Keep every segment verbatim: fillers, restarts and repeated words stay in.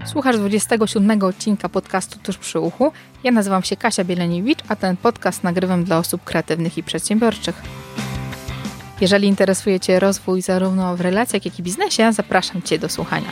Słuchasz dwudziestego siódmego odcinka podcastu Tuż przy uchu. Ja nazywam się Kasia Bieleniewicz, a ten podcast nagrywam dla osób kreatywnych i przedsiębiorczych. Jeżeli interesuje Cię rozwój zarówno w relacjach, jak i biznesie, zapraszam Cię do słuchania.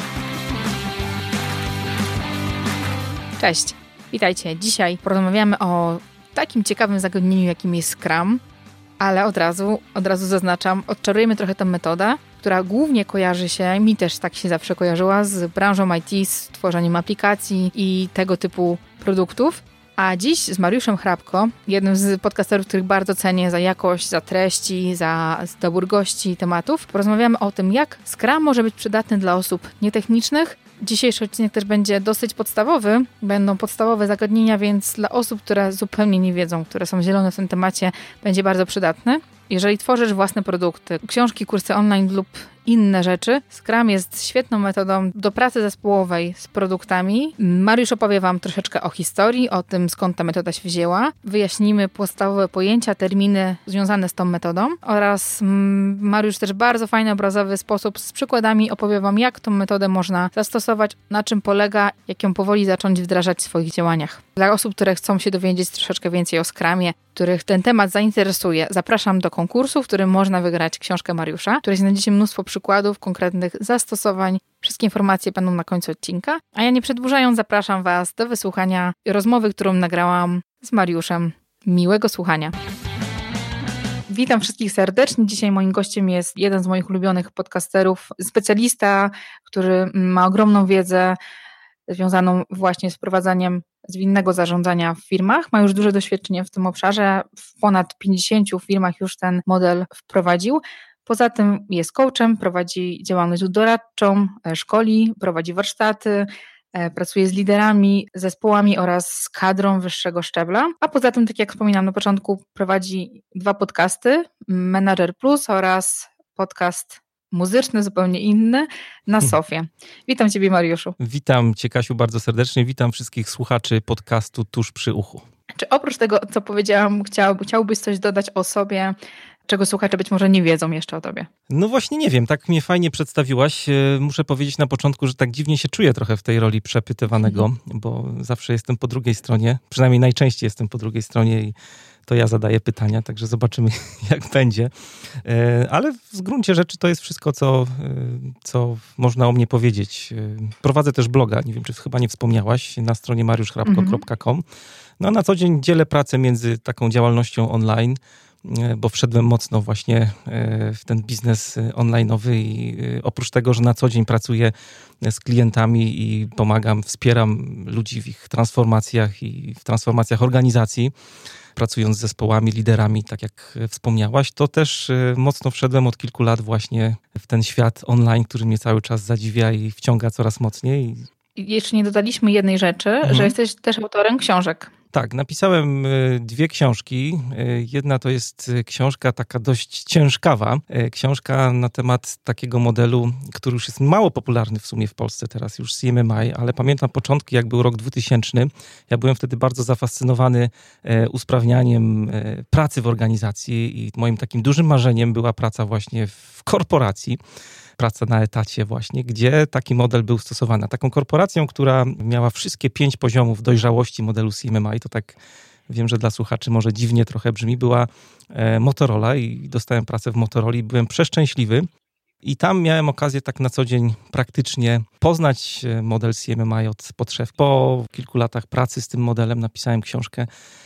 Cześć, witajcie. Dzisiaj porozmawiamy o takim ciekawym zagadnieniu, jakim jest Scrum, ale od razu, od razu zaznaczam, odczarujemy trochę tę metodę, która głównie kojarzy się, mi też tak się zawsze kojarzyła, z branżą I T, z tworzeniem aplikacji i tego typu produktów. A dziś z Mariuszem Hrabko, jednym z podcasterów, których bardzo cenię za jakość, za treści, za dobór gości i tematów, porozmawiamy o tym, jak Scrum może być przydatny dla osób nietechnicznych. Dzisiejszy odcinek też będzie dosyć podstawowy, będą podstawowe zagadnienia, więc dla osób, które zupełnie nie wiedzą, które są zielone w tym temacie, będzie bardzo przydatny. Jeżeli tworzysz własne produkty, książki, kursy online lub inne rzeczy, Scrum jest świetną metodą do pracy zespołowej z produktami. Mariusz opowie Wam troszeczkę o historii, o tym, skąd ta metoda się wzięła. Wyjaśnimy podstawowe pojęcia, terminy związane z tą metodą oraz Mariusz też bardzo fajny, obrazowy sposób z przykładami opowie Wam, jak tą metodę można zastosować, na czym polega, jak ją powoli zacząć wdrażać w swoich działaniach. Dla osób, które chcą się dowiedzieć troszeczkę więcej o Scrumie, których ten temat zainteresuje, zapraszam do konkursu, w którym można wygrać książkę Mariusza, w której znajdziecie mnóstwo przykładów, konkretnych zastosowań. Wszystkie informacje będą na końcu odcinka. A ja nie przedłużając, zapraszam Was do wysłuchania rozmowy, którą nagrałam z Mariuszem. Miłego słuchania. Witam wszystkich serdecznie. Dzisiaj moim gościem jest jeden z moich ulubionych podcasterów, specjalista, który ma ogromną wiedzę związaną właśnie z wprowadzaniem zwinnego zarządzania w firmach. Ma już duże doświadczenie w tym obszarze. W ponad pięćdziesięciu firmach już ten model wprowadził. Poza tym jest coachem, prowadzi działalność doradczą, szkoli, prowadzi warsztaty, pracuje z liderami, zespołami oraz z kadrą wyższego szczebla. A poza tym, tak jak wspominałam na początku, prowadzi dwa podcasty, Manager Plus oraz podcast muzyczny, zupełnie inny, na Sofie. Witam Ciebie, Mariuszu. Witam Cię, Kasiu, bardzo serdecznie. Witam wszystkich słuchaczy podcastu Tuż przy uchu. Czy oprócz tego, co powiedziałam, chciał, chciałbyś coś dodać o sobie, czego słuchacze być może nie wiedzą jeszcze o Tobie? No właśnie nie wiem, tak mnie fajnie przedstawiłaś. Muszę powiedzieć na początku, że tak dziwnie się czuję trochę w tej roli przepytywanego, mhm. bo zawsze jestem po drugiej stronie, przynajmniej najczęściej jestem po drugiej stronie i to ja zadaję pytania, także zobaczymy, jak będzie. Ale w gruncie rzeczy to jest wszystko, co, co można o mnie powiedzieć. Prowadzę też bloga, nie wiem, czy chyba nie wspomniałaś, na stronie mariusz hrabko kropka com. No a na co dzień dzielę pracę między taką działalnością online, bo wszedłem mocno właśnie w ten biznes online'owy i oprócz tego, że na co dzień pracuję z klientami i pomagam, wspieram ludzi w ich transformacjach i w transformacjach organizacji, pracując z zespołami, liderami, tak jak wspomniałaś, to też mocno wszedłem od kilku lat właśnie w ten świat online, który mnie cały czas zadziwia i wciąga coraz mocniej. I jeszcze nie dodaliśmy jednej rzeczy, mhm. że jesteś też autorem książek. Tak, napisałem dwie książki. Jedna to jest książka taka dość ciężkawa. Książka na temat takiego modelu, który już jest mało popularny w sumie w Polsce teraz, już C M M I, ale pamiętam początki, jak był rok dwutysięczny. Ja byłem wtedy bardzo zafascynowany usprawnianiem pracy w organizacji i moim takim dużym marzeniem była praca właśnie w korporacji. Praca na etacie właśnie, gdzie taki model był stosowany. Taką korporacją, która miała wszystkie pięć poziomów dojrzałości modelu C M M I, to tak wiem, że dla słuchaczy może dziwnie trochę brzmi, była Motorola i dostałem pracę w Motorola i byłem przeszczęśliwy. I tam miałem okazję tak na co dzień praktycznie poznać model C M M I od podszewki. Po kilku latach pracy z tym modelem napisałem książkę,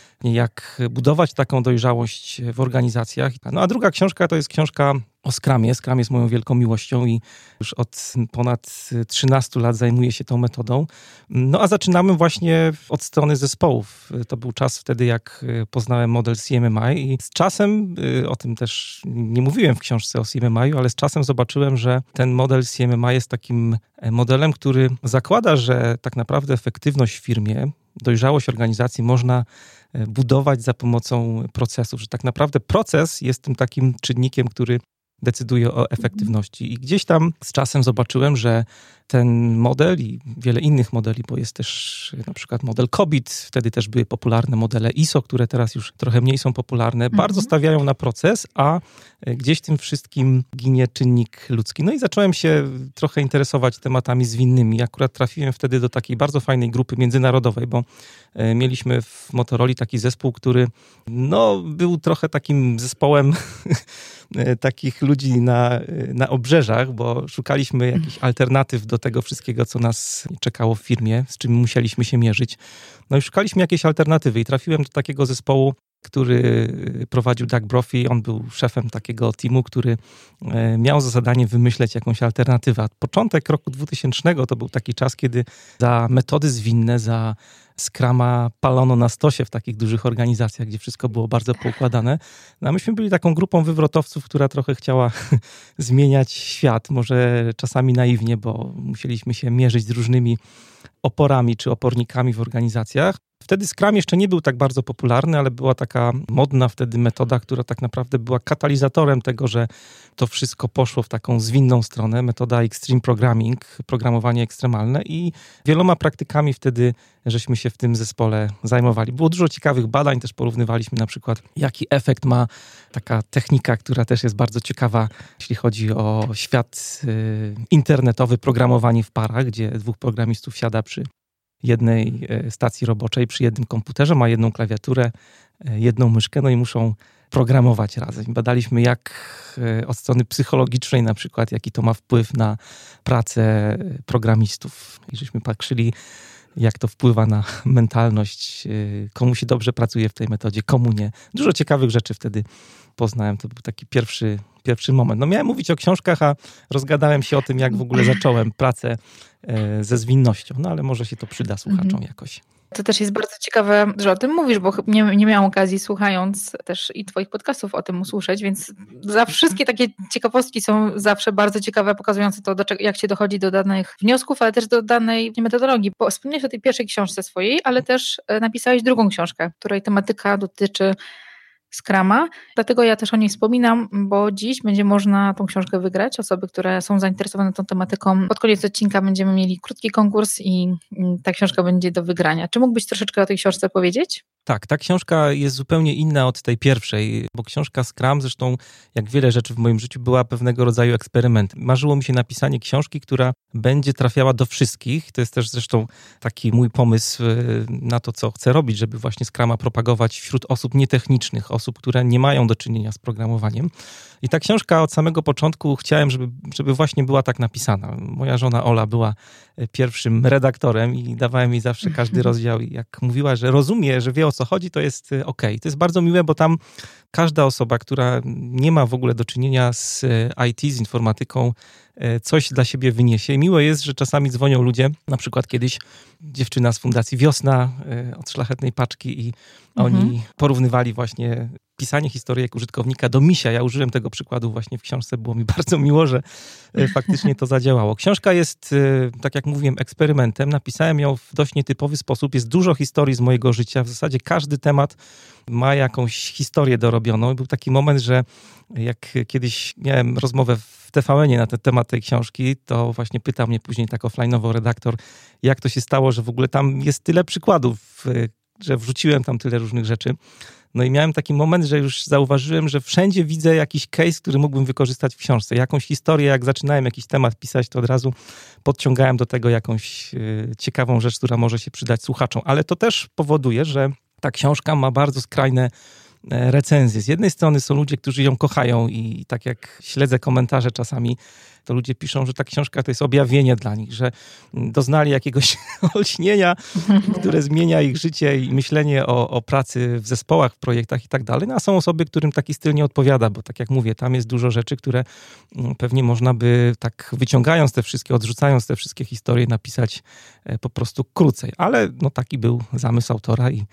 jak budować taką dojrzałość w organizacjach. No a druga książka to jest książka o Scrumie. Scrum jest moją wielką miłością i już od ponad trzynastu lat zajmuję się tą metodą. No a zaczynamy właśnie od strony zespołów. To był czas wtedy, jak poznałem model C M M I i z czasem, o tym też nie mówiłem w książce o C M M I, ale z czasem zobaczyłem, że ten model C M M I jest takim modelem, który zakłada, że tak naprawdę efektywność w firmie, dojrzałość organizacji można budować za pomocą procesów, że tak naprawdę proces jest tym takim czynnikiem, który decyduje o efektywności. I gdzieś tam z czasem zobaczyłem, że ten model i wiele innych modeli, bo jest też na przykład model COBIT, wtedy też były popularne modele I S O, które teraz już trochę mniej są popularne, mhm. bardzo stawiają na proces, a gdzieś tym wszystkim ginie czynnik ludzki. No i zacząłem się trochę interesować tematami zwinnymi. Akurat trafiłem wtedy do takiej bardzo fajnej grupy międzynarodowej, bo mieliśmy w Motorola taki zespół, który no, był trochę takim zespołem takich ludzi na, na obrzeżach, bo szukaliśmy jakichś alternatyw do tego wszystkiego, co nas czekało w firmie, z czym musieliśmy się mierzyć. No i szukaliśmy jakiejś alternatywy i trafiłem do takiego zespołu, który prowadził Doug Brophy. On był szefem takiego teamu, który miał za zadanie wymyśleć jakąś alternatywę. Początek roku dwutysięcznego to był taki czas, kiedy za metody zwinne, za Scruma palono na stosie w takich dużych organizacjach, gdzie wszystko było bardzo poukładane. No a myśmy byli taką grupą wywrotowców, która trochę chciała zmieniać świat. Może czasami naiwnie, bo musieliśmy się mierzyć z różnymi oporami czy opornikami w organizacjach. Wtedy Scrum jeszcze nie był tak bardzo popularny, ale była taka modna wtedy metoda, która tak naprawdę była katalizatorem tego, że to wszystko poszło w taką zwinną stronę. Metoda Extreme Programming, programowanie ekstremalne i wieloma praktykami wtedy żeśmy się w tym zespole zajmowali. Było dużo ciekawych badań, też porównywaliśmy na przykład, jaki efekt ma taka technika, która też jest bardzo ciekawa, jeśli chodzi o świat y, internetowy, programowanie w parach, gdzie dwóch programistów siada przy jednej stacji roboczej, przy jednym komputerze, ma jedną klawiaturę, jedną myszkę, no i muszą programować razem. Badaliśmy jak od strony psychologicznej na przykład, jaki to ma wpływ na pracę programistów. I żeśmy patrzyli, jak to wpływa na mentalność, komu się dobrze pracuje w tej metodzie, komu nie. Dużo ciekawych rzeczy wtedy poznałem. To był taki pierwszy, pierwszy moment. No miałem mówić o książkach, a rozgadałem się o tym, jak w ogóle zacząłem pracę ze zwinnością. No ale może się to przyda słuchaczom mhm. jakoś. To też jest bardzo ciekawe, że o tym mówisz, bo nie, nie miałam okazji, słuchając też i twoich podcastów, o tym usłyszeć, więc za wszystkie takie ciekawostki są zawsze bardzo ciekawe, pokazujące to, do czego, jak się dochodzi do danych wniosków, ale też do danej metodologii. Bo wspomniałeś o tej pierwszej książce swojej, ale też napisałeś drugą książkę, której tematyka dotyczy Scruma. Dlatego ja też o niej wspominam, bo dziś będzie można tą książkę wygrać. Osoby, które są zainteresowane tą tematyką, pod koniec odcinka będziemy mieli krótki konkurs i ta książka będzie do wygrania. Czy mógłbyś troszeczkę o tej książce powiedzieć? Tak, ta książka jest zupełnie inna od tej pierwszej, bo książka Scrum, zresztą jak wiele rzeczy w moim życiu, była pewnego rodzaju eksperymentem. Marzyło mi się napisanie książki, która będzie trafiała do wszystkich. To jest też zresztą taki mój pomysł na to, co chcę robić, żeby właśnie Scruma propagować wśród osób nietechnicznych, osób, które nie mają do czynienia z programowaniem. I ta książka od samego początku chciałem, żeby, żeby właśnie była tak napisana. Moja żona Ola była pierwszym redaktorem i dawałem jej zawsze każdy rozdział i jak mówiła, że rozumie, że wie o co chodzi, to jest okej. To jest bardzo miłe, bo tam każda osoba, która nie ma w ogóle do czynienia z I T, z informatyką, coś dla siebie wyniesie. Miłe jest, że czasami dzwonią ludzie, na przykład kiedyś dziewczyna z Fundacji Wiosna od Szlachetnej Paczki i oni mhm. porównywali właśnie pisanie historyjek użytkownika do misia. Ja użyłem tego przykładu właśnie w książce. Było mi bardzo miło, że faktycznie to zadziałało. Książka jest, tak jak mówiłem, eksperymentem. Napisałem ją w dość nietypowy sposób. Jest dużo historii z mojego życia. W zasadzie każdy temat ma jakąś historię dorobioną. Był taki moment, że jak kiedyś miałem rozmowę w T V N-ie na ten temat tej książki, to właśnie pytał mnie później tak offline'owo redaktor, jak to się stało, że w ogóle tam jest tyle przykładów, że wrzuciłem tam tyle różnych rzeczy. No i miałem taki moment, że już zauważyłem, że wszędzie widzę jakiś case, który mógłbym wykorzystać w książce. Jakąś historię, jak zaczynałem jakiś temat pisać, to od razu podciągałem do tego jakąś y, ciekawą rzecz, która może się przydać słuchaczom. Ale to też powoduje, że ta książka ma bardzo skrajne recenzje. Z jednej strony są ludzie, którzy ją kochają i tak jak śledzę komentarze czasami, to ludzie piszą, że ta książka to jest objawienie dla nich, że doznali jakiegoś olśnienia, które zmienia ich życie i myślenie o, o pracy w zespołach, w projektach i tak dalej. No, a są osoby, którym taki styl nie odpowiada, bo tak jak mówię, tam jest dużo rzeczy, które pewnie można by tak wyciągając te wszystkie, odrzucając te wszystkie historie, napisać po prostu krócej. Ale no, taki był zamysł autora i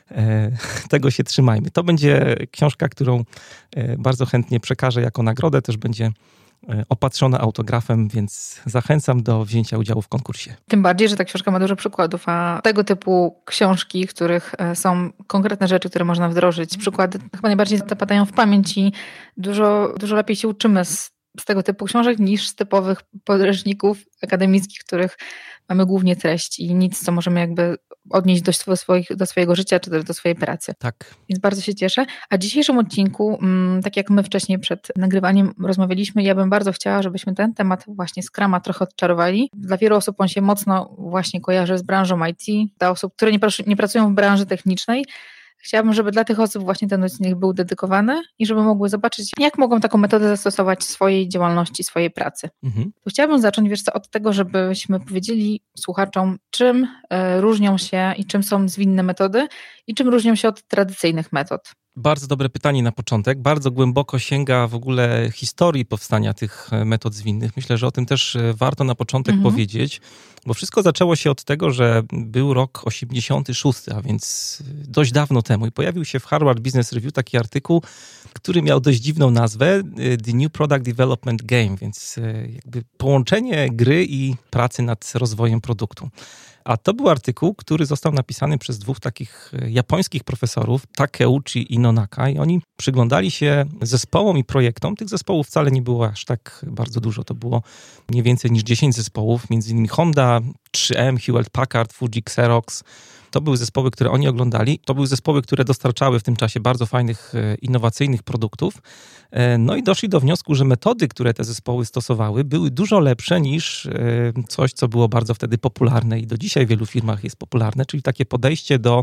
tego się trzymajmy. To będzie książka, którą bardzo chętnie przekażę jako nagrodę. Też będzie opatrzona autografem, więc zachęcam do wzięcia udziału w konkursie. Tym bardziej, że ta książka ma dużo przykładów, a tego typu książki, w których są konkretne rzeczy, które można wdrożyć, przykłady chyba najbardziej zapadają w pamięć i dużo, dużo lepiej się uczymy z z tego typu książek niż z typowych podręczników akademickich, w których mamy głównie treść i nic, co możemy jakby odnieść do, swoich, do swojego życia czy do swojej pracy. Tak. Więc bardzo się cieszę. A w dzisiejszym odcinku, tak jak my wcześniej przed nagrywaniem rozmawialiśmy, ja bym bardzo chciała, żebyśmy ten temat właśnie Scruma trochę odczarowali. Dla wielu osób on się mocno właśnie kojarzy z branżą I T. Dla osób, które nie, nie pracują w branży technicznej, chciałabym, żeby dla tych osób właśnie ten odcinek był dedykowany i żeby mogły zobaczyć, jak mogą taką metodę zastosować w swojej działalności, swojej pracy. Mhm. To chciałabym zacząć, wiesz co, od tego, żebyśmy powiedzieli słuchaczom, czym y, różnią się i czym są zwinne metody i czym różnią się od tradycyjnych metod. Bardzo dobre pytanie na początek. Bardzo głęboko sięga w ogóle historii powstania tych metod zwinnych. Myślę, że o tym też warto na początek mhm. powiedzieć, bo wszystko zaczęło się od tego, że był rok osiemdziesiąty szósty, a więc dość dawno temu i pojawił się w Harvard Business Review taki artykuł, który miał dość dziwną nazwę The New Product Development Game, więc jakby połączenie gry i pracy nad rozwojem produktu. A to był artykuł, który został napisany przez dwóch takich japońskich profesorów, Takeuchi i Nonaka, i oni przyglądali się zespołom i projektom. Tych zespołów wcale nie było aż tak bardzo dużo. To było nie więcej niż dziesięć zespołów, między innymi Honda, trzy M, Hewlett Packard, Fuji, Xerox. To były zespoły, które oni oglądali. To były zespoły, które dostarczały w tym czasie bardzo fajnych, innowacyjnych produktów. No i doszli do wniosku, że metody, które te zespoły stosowały, były dużo lepsze niż coś, co było bardzo wtedy popularne i do dzisiaj w wielu firmach jest popularne, czyli takie podejście do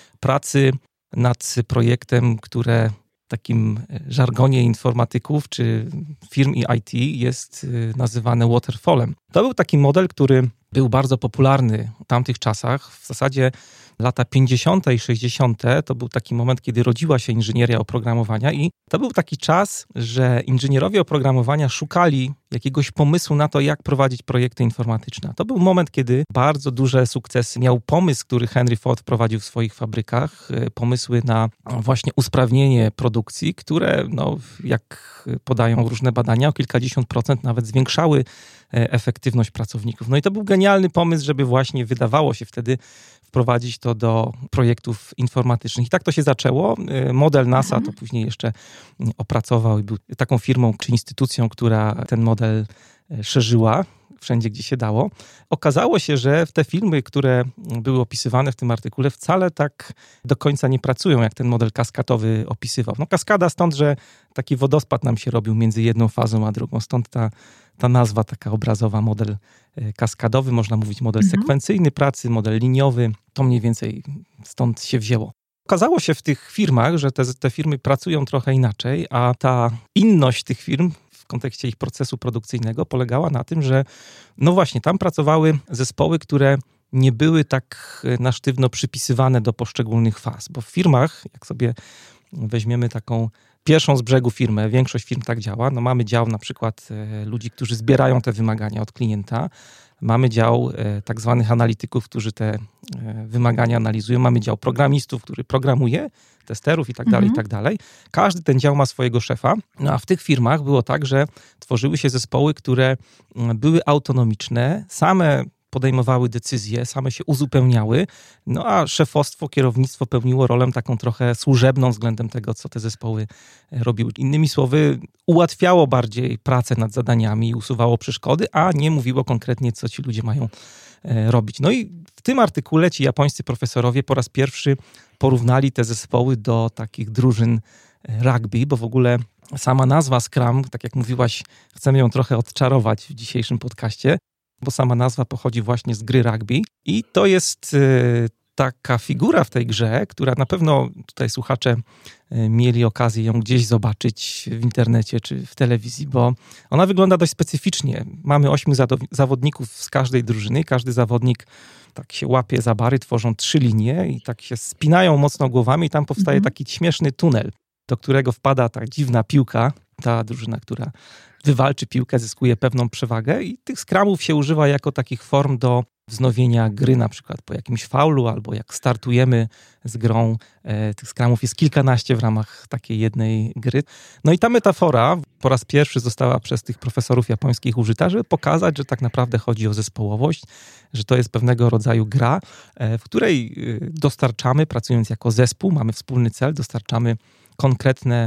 pracy nad projektem, które w takim żargonie informatyków czy firm i I T jest nazywane waterfallem. To był taki model, który był bardzo popularny w tamtych czasach. W zasadzie lata pięćdziesiąte i sześćdziesiąte to był taki moment, kiedy rodziła się inżynieria oprogramowania i to był taki czas, że inżynierowie oprogramowania szukali jakiegoś pomysłu na to, jak prowadzić projekty informatyczne. To był moment, kiedy bardzo duże sukcesy miał pomysł, który Henry Ford wprowadził w swoich fabrykach, pomysły na właśnie usprawnienie produkcji, które, no, jak podają różne badania, o kilkadziesiąt procent nawet zwiększały efektywność pracowników. No i to był genialny pomysł, żeby właśnie wydawało się wtedy wprowadzić to do projektów informatycznych. I tak to się zaczęło. Model NASA mhm. to później jeszcze opracował i był taką firmą czy instytucją, która ten model szerzyła wszędzie, gdzie się dało. Okazało się, że te firmy, które były opisywane w tym artykule, wcale tak do końca nie pracują, jak ten model kaskadowy opisywał. No kaskada stąd, że taki wodospad nam się robił między jedną fazą a drugą. Stąd ta, ta nazwa taka obrazowa, model kaskadowy. Można mówić model mhm. sekwencyjny pracy, model liniowy. To mniej więcej stąd się wzięło. Okazało się w tych firmach, że te, te firmy pracują trochę inaczej, a ta inność tych firm w kontekście ich procesu produkcyjnego polegała na tym, że no właśnie, tam pracowały zespoły, które nie były tak na sztywno przypisywane do poszczególnych faz, bo w firmach, jak sobie weźmiemy taką pierwszą z brzegu firmę, większość firm tak działa, no mamy dział na przykład ludzi, którzy zbierają te wymagania od klienta, mamy dział e, tak zwanych analityków, którzy te e, wymagania analizują, mamy dział programistów, który programuje, testerów i tak dalej, mhm. i tak dalej. Każdy ten dział ma swojego szefa, no a w tych firmach było tak, że tworzyły się zespoły, które były autonomiczne, same podejmowały decyzje, same się uzupełniały, no a szefostwo, kierownictwo pełniło rolę taką trochę służebną względem tego, co te zespoły robiły. Innymi słowy, ułatwiało bardziej pracę nad zadaniami i usuwało przeszkody, a nie mówiło konkretnie, co ci ludzie mają robić. No i w tym artykule ci japońscy profesorowie po raz pierwszy porównali te zespoły do takich drużyn rugby, bo w ogóle sama nazwa Scrum, tak jak mówiłaś, chcemy ją trochę odczarować w dzisiejszym podcaście, bo sama nazwa pochodzi właśnie z gry rugby i to jest y, taka figura w tej grze, która na pewno tutaj słuchacze y, mieli okazję ją gdzieś zobaczyć w internecie czy w telewizji, bo ona wygląda dość specyficznie. Mamy ośmiu zadow- zawodników z każdej drużyny, każdy zawodnik tak się łapie za bary, tworzą trzy linie i tak się spinają mocno głowami i tam powstaje mhm. taki śmieszny tunel, do którego wpada ta dziwna piłka, ta drużyna, która wywalczy piłkę, zyskuje pewną przewagę i tych scrumów się używa jako takich form do wznowienia gry, na przykład po jakimś faulu albo jak startujemy z grą. E, tych scrumów jest kilkanaście w ramach takiej jednej gry. No i ta metafora po raz pierwszy została przez tych profesorów japońskich użyta, żeby pokazać, że tak naprawdę chodzi o zespołowość, że to jest pewnego rodzaju gra, e, w której dostarczamy, pracując jako zespół, mamy wspólny cel, dostarczamy konkretne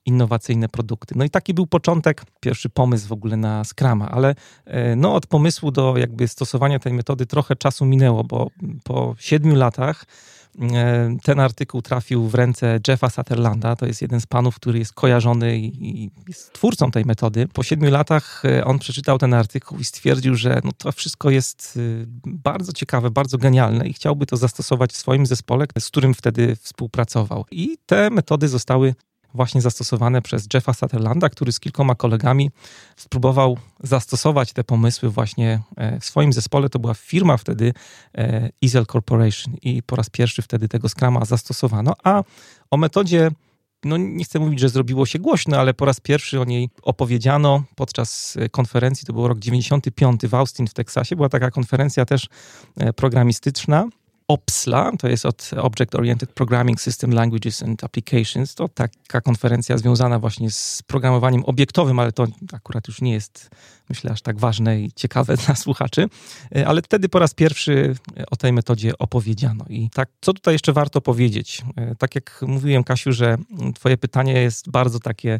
innowacyjne produkty. No i taki był początek, pierwszy pomysł w ogóle na Scruma, ale no od pomysłu do jakby stosowania tej metody trochę czasu minęło, bo po siedmiu latach ten artykuł trafił w ręce Jeffa Sutherlanda. To jest jeden z panów, który jest kojarzony i jest twórcą tej metody. Po siedmiu latach on przeczytał ten artykuł i stwierdził, że no to wszystko jest bardzo ciekawe, bardzo genialne i chciałby to zastosować w swoim zespole, z którym wtedy współpracował. I te metody zostały właśnie zastosowane przez Jeffa Sutherlanda, który z kilkoma kolegami spróbował zastosować te pomysły właśnie w swoim zespole. To była firma wtedy Easel Corporation i po raz pierwszy wtedy tego Scruma zastosowano, a o metodzie, no nie chcę mówić, że zrobiło się głośno, ale po raz pierwszy o niej opowiedziano podczas konferencji, to był rok dziewięćdziesiąty piąty w Austin w Teksasie. Była taka konferencja też programistyczna. O P S L A, to jest od Object Oriented Programming System Languages and Applications. To taka konferencja związana właśnie z programowaniem obiektowym, ale to akurat już nie jest, myślę, aż tak ważne i ciekawe dla słuchaczy. Ale wtedy po raz pierwszy o tej metodzie opowiedziano. I tak, co tutaj jeszcze warto powiedzieć? Tak jak mówiłem, Kasiu, że twoje pytanie jest bardzo takie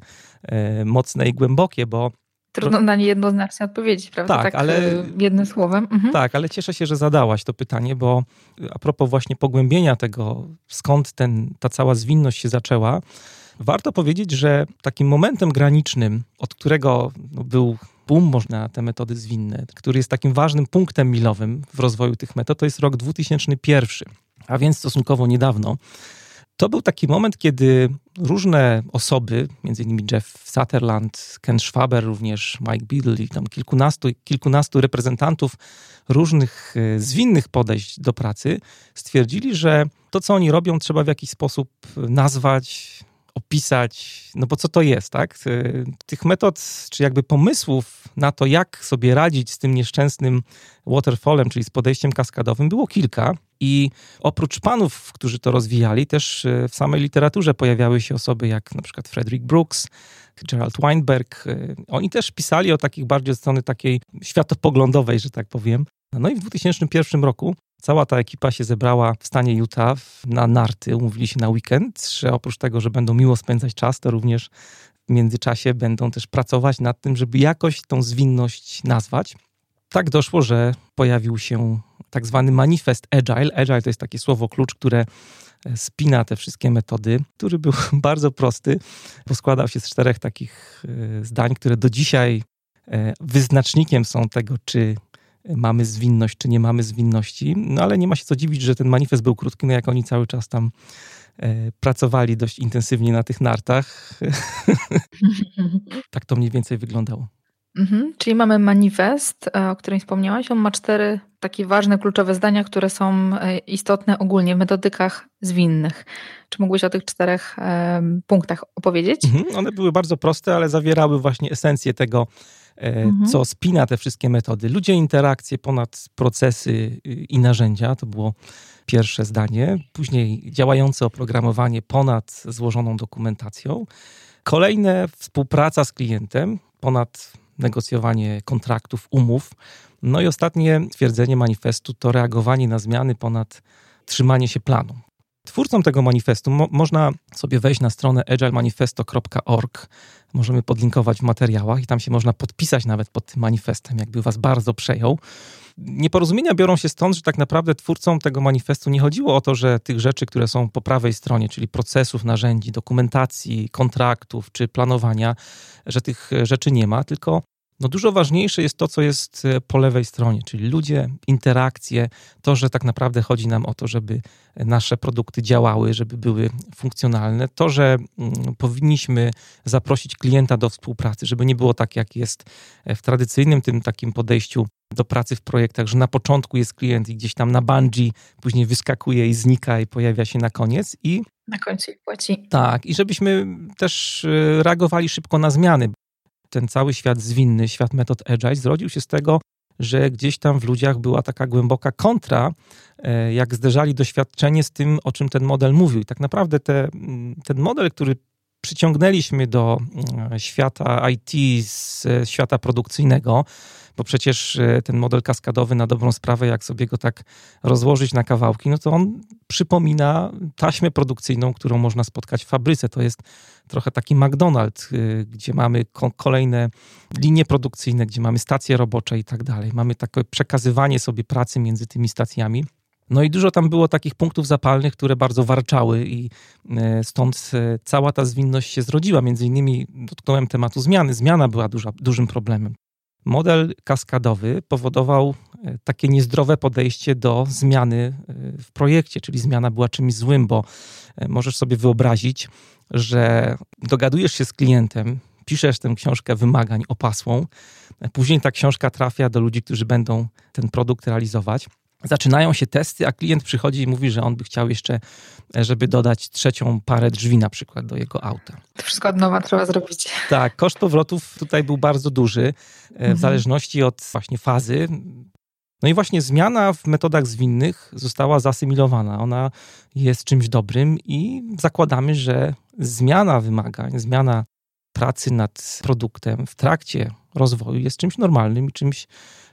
mocne i głębokie, bo trudno na nie jednoznacznie odpowiedzieć, prawda? Tak, tak ale jednym słowem. Mhm. Tak, ale cieszę się, że zadałaś to pytanie, bo a propos właśnie pogłębienia tego, skąd ten, ta cała zwinność się zaczęła, warto powiedzieć, że takim momentem granicznym, od którego no, był boom można te metody zwinne, który jest takim ważnym punktem milowym w rozwoju tych metod, to jest rok dwa tysiące pierwszy, a więc stosunkowo niedawno. To był taki moment, kiedy różne osoby, między innymi Jeff Sutherland, Ken Schwaber, również Mike Biddle i tam kilkunastu, kilkunastu reprezentantów różnych zwinnych podejść do pracy, stwierdzili, że to, co oni robią, trzeba w jakiś sposób nazwać, opisać, no bo co to jest, tak? Tych metod, czy jakby pomysłów na to, jak sobie radzić z tym nieszczęsnym waterfallem, czyli z podejściem kaskadowym, było kilka. I oprócz panów, którzy to rozwijali, też w samej literaturze pojawiały się osoby jak na przykład Frederick Brooks, Gerald Weinberg. Oni też pisali o takich bardziej od strony takiej światopoglądowej, że tak powiem. No i w dwa tysiące pierwszym roku cała ta ekipa się zebrała w stanie Utah na narty. Umówili się na weekend, że oprócz tego, że będą miło spędzać czas, to również w międzyczasie będą też pracować nad tym, żeby jakoś tą zwinność nazwać. Tak doszło, że pojawił się tak zwany manifest Agile. Agile to jest takie słowo klucz, które spina te wszystkie metody, który był bardzo prosty, bo składał się z czterech takich zdań, które do dzisiaj wyznacznikiem są tego, czy mamy zwinność, czy nie mamy zwinności. No ale nie ma się co dziwić, że ten manifest był krótki, no jak oni cały czas tam pracowali dość intensywnie na tych nartach. Tak to mniej więcej wyglądało. Mhm, czyli mamy manifest, o którym wspomniałaś. On ma cztery takie ważne, kluczowe zdania, które są istotne ogólnie w metodykach zwinnych. Czy mógłbyś o tych czterech e, punktach opowiedzieć? Mhm, one były bardzo proste, ale zawierały właśnie esencję tego, e, mhm. co spina te wszystkie metody. Ludzie, interakcje ponad procesy i narzędzia. To było pierwsze zdanie. Później działające oprogramowanie ponad złożoną dokumentacją. Kolejne współpraca z klientem ponad negocjowanie kontraktów, umów. No i ostatnie twierdzenie manifestu to reagowanie na zmiany ponad trzymanie się planu. Twórcą tego manifestu mo- można sobie wejść na stronę agile manifesto kropka org. Możemy podlinkować w materiałach i tam się można podpisać nawet pod tym manifestem, jakby was bardzo przejął. Nieporozumienia biorą się stąd, że tak naprawdę twórcom tego manifestu nie chodziło o to, że tych rzeczy, które są po prawej stronie, czyli procesów, narzędzi, dokumentacji, kontraktów czy planowania, że tych rzeczy nie ma, tylko no dużo ważniejsze jest to, co jest po lewej stronie, czyli ludzie, interakcje, to, że tak naprawdę chodzi nam o to, żeby nasze produkty działały, żeby były funkcjonalne, to, że mm, powinniśmy zaprosić klienta do współpracy, żeby nie było tak, jak jest w tradycyjnym tym takim podejściu do pracy w projektach, że na początku jest klient i gdzieś tam na bungee, później wyskakuje i znika i pojawia się na koniec i na końcu ich płaci. Tak, i żebyśmy też reagowali szybko na zmiany. Ten cały świat zwinny, świat metod Agile zrodził się z tego, że gdzieś tam w ludziach była taka głęboka kontra, jak zderzali doświadczenie z tym, o czym ten model mówił. I tak naprawdę te, ten model, który przyciągnęliśmy do świata I T z świata produkcyjnego, bo przecież ten model kaskadowy na dobrą sprawę, jak sobie go tak rozłożyć na kawałki, no to on przypomina taśmę produkcyjną, którą można spotkać w fabryce. To jest trochę taki McDonald's, gdzie mamy kolejne linie produkcyjne, gdzie mamy stacje robocze i tak dalej. Mamy takie przekazywanie sobie pracy między tymi stacjami. No i dużo tam było takich punktów zapalnych, które bardzo warczały i stąd cała ta zwinność się zrodziła. Między innymi dotknąłem tematu zmiany. Zmiana była duża, dużym problemem. Model kaskadowy powodował takie niezdrowe podejście do zmiany w projekcie, czyli zmiana była czymś złym, bo możesz sobie wyobrazić, że dogadujesz się z klientem, piszesz tę książkę wymagań opasłą, później ta książka trafia do ludzi, którzy będą ten produkt realizować. Zaczynają się testy, a klient przychodzi i mówi, że on by chciał jeszcze, żeby dodać trzecią parę drzwi na przykład do jego auta. To wszystko od nowa trzeba zrobić. Tak, koszt powrotów tutaj był bardzo duży, mhm. w zależności od właśnie fazy. No i właśnie zmiana w metodach zwinnych została zasymilowana. Ona jest czymś dobrym i zakładamy, że zmiana wymagań, zmiana pracy nad produktem w trakcie rozwoju jest czymś normalnym i czymś,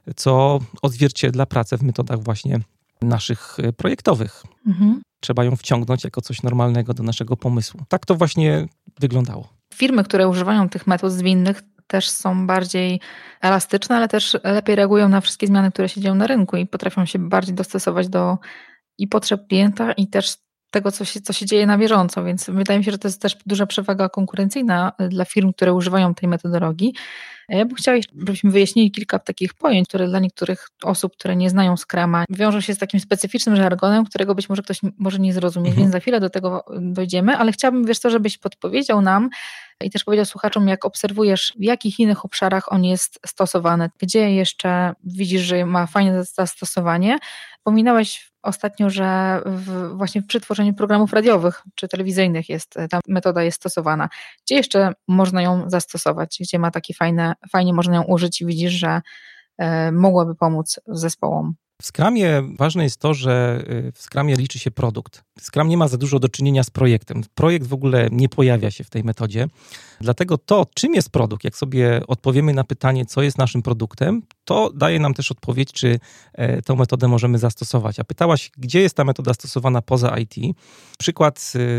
co odzwierciedla pracę w metodach właśnie naszych projektowych. Mhm. Trzeba ją wciągnąć jako coś normalnego do naszego pomysłu. Tak to właśnie wyglądało. Firmy, które używają tych metod zwinnych, też są bardziej elastyczne, ale też lepiej reagują na wszystkie zmiany, które się dzieją na rynku i potrafią się bardziej dostosować do i potrzeb klienta i też tego, co się, co się dzieje na bieżąco, więc wydaje mi się, że to jest też duża przewaga konkurencyjna dla firm, które używają tej metodologii. Ja bym chciała, żebyśmy wyjaśnili kilka takich pojęć, które dla niektórych osób, które nie znają Scruma, wiążą się z takim specyficznym żargonem, którego być może ktoś może nie zrozumieć, mhm. więc za chwilę do tego dojdziemy, ale chciałabym, wiesz co, żebyś podpowiedział nam i też powiedział słuchaczom, jak obserwujesz, w jakich innych obszarach on jest stosowany, gdzie jeszcze widzisz, że ma fajne zastosowanie. Wspominałeś ostatnio, że w, właśnie przy tworzeniu programów radiowych czy telewizyjnych jest, ta metoda jest stosowana. Gdzie jeszcze można ją zastosować? Gdzie ma takie fajne, fajnie można ją użyć i widzisz, że e, mogłaby pomóc zespołom? W Scrumie ważne jest to, że w Scrumie liczy się produkt. Scrum nie ma za dużo do czynienia z projektem. Projekt w ogóle nie pojawia się w tej metodzie. Dlatego to, czym jest produkt, jak sobie odpowiemy na pytanie, co jest naszym produktem, to daje nam też odpowiedź, czy tę metodę możemy zastosować. A pytałaś, gdzie jest ta metoda stosowana poza I T? Przykład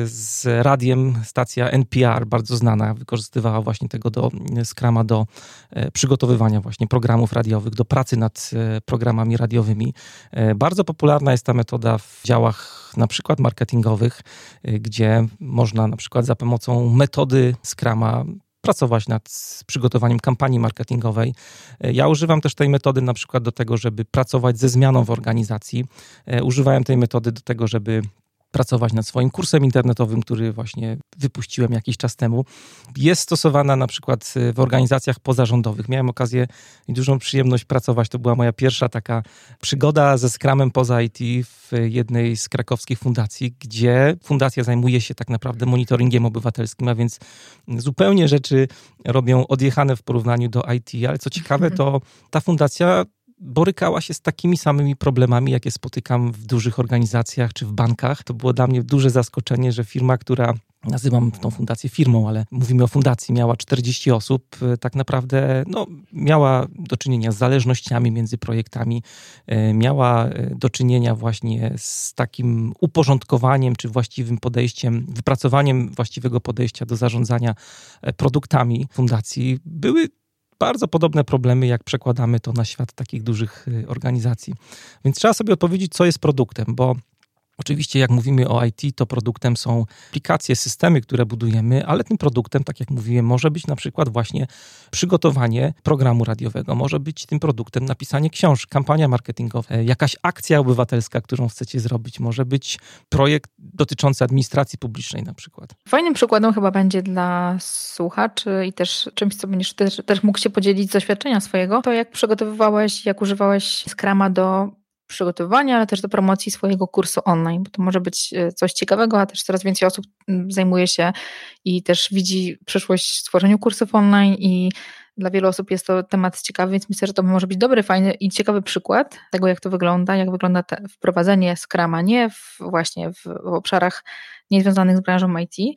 z radiem, stacja N P R, bardzo znana, wykorzystywała właśnie tego do Scruma do przygotowywania właśnie programów radiowych, do pracy nad programami radiowymi. Bardzo popularna jest ta metoda w działach na przykład marketingowych, gdzie można na przykład za pomocą metody Scruma pracować nad przygotowaniem kampanii marketingowej. Ja używam też tej metody na przykład do tego, żeby pracować ze zmianą w organizacji. Używałem tej metody do tego, żeby pracować nad swoim kursem internetowym, który właśnie wypuściłem jakiś czas temu. Jest stosowana na przykład w organizacjach pozarządowych. Miałem okazję i dużą przyjemność pracować. To była moja pierwsza taka przygoda ze Scrumem poza I T w jednej z krakowskich fundacji, gdzie fundacja zajmuje się tak naprawdę monitoringiem obywatelskim, a więc zupełnie rzeczy robią odjechane w porównaniu do I T. Ale co ciekawe, to ta fundacja borykała się z takimi samymi problemami, jakie spotykam w dużych organizacjach czy w bankach. To było dla mnie duże zaskoczenie, że firma, która, nazywam tą fundację firmą, ale mówimy o fundacji, miała czterdzieści osób, tak naprawdę no, miała do czynienia z zależnościami między projektami, miała do czynienia właśnie z takim uporządkowaniem czy właściwym podejściem, wypracowaniem właściwego podejścia do zarządzania produktami fundacji. Były bardzo podobne problemy, jak przekładamy to na świat takich dużych organizacji. Więc trzeba sobie odpowiedzieć, co jest produktem, bo oczywiście jak mówimy o I T, to produktem są aplikacje, systemy, które budujemy, ale tym produktem, tak jak mówiłem, może być na przykład właśnie przygotowanie programu radiowego, może być tym produktem napisanie książki, kampania marketingowa, jakaś akcja obywatelska, którą chcecie zrobić, może być projekt dotyczący administracji publicznej na przykład. Fajnym przykładem chyba będzie dla słuchaczy i też czymś, co będziesz też, też mógł się podzielić z doświadczenia swojego, to jak przygotowywałeś, jak używałeś Scruma do przygotowywania, ale też do promocji swojego kursu online, bo to może być coś ciekawego, a też coraz więcej osób zajmuje się i też widzi przyszłość w tworzeniu kursów online i dla wielu osób jest to temat ciekawy, więc myślę, że to może być dobry, fajny i ciekawy przykład tego, jak to wygląda, jak wygląda te, wprowadzenie Scruma, nie w, właśnie w, w obszarach niezwiązanych z branżą I T.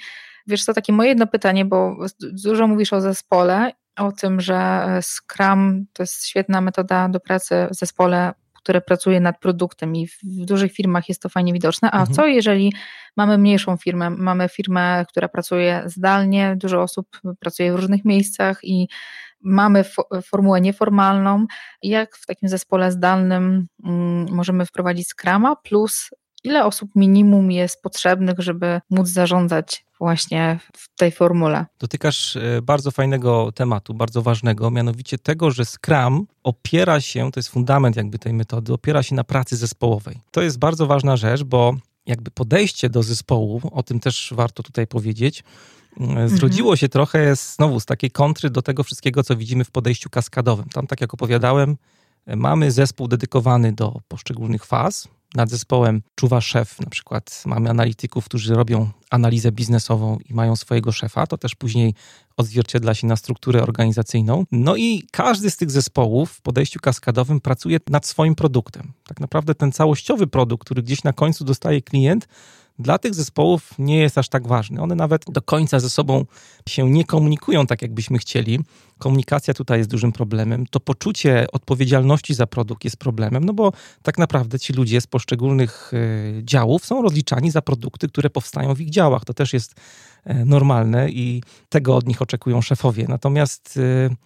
Wiesz co, takie moje jedno pytanie, bo dużo mówisz o zespole, o tym, że Scrum to jest świetna metoda do pracy w zespole, które pracuje nad produktem i w dużych firmach jest to fajnie widoczne, a mhm. co jeżeli mamy mniejszą firmę, mamy firmę, która pracuje zdalnie, dużo osób pracuje w różnych miejscach i mamy fo- formułę nieformalną, jak w takim zespole zdalnym mm, możemy wprowadzić Scruma, plus ile osób minimum jest potrzebnych, żeby móc zarządzać właśnie w tej formule? Dotykasz bardzo fajnego tematu, bardzo ważnego, mianowicie tego, że Scrum opiera się, to jest fundament jakby tej metody, opiera się na pracy zespołowej. To jest bardzo ważna rzecz, bo jakby podejście do zespołu, o tym też warto tutaj powiedzieć, zrodziło mhm. się trochę znowu z takiej kontry do tego wszystkiego, co widzimy w podejściu kaskadowym. Tam, tak jak opowiadałem, mamy zespół dedykowany do poszczególnych faz. Nad zespołem czuwa szef, na przykład mamy analityków, którzy robią analizę biznesową i mają swojego szefa, to też później odzwierciedla się na strukturę organizacyjną. No i każdy z tych zespołów w podejściu kaskadowym pracuje nad swoim produktem. Tak naprawdę ten całościowy produkt, który gdzieś na końcu dostaje klient, dla tych zespołów nie jest aż tak ważny. One nawet do końca ze sobą się nie komunikują tak, jakbyśmy chcieli. Komunikacja tutaj jest dużym problemem. To poczucie odpowiedzialności za produkt jest problemem, no bo tak naprawdę ci ludzie z poszczególnych działów są rozliczani za produkty, które powstają w ich działach. To też jest normalne i tego od nich oczekują szefowie. Natomiast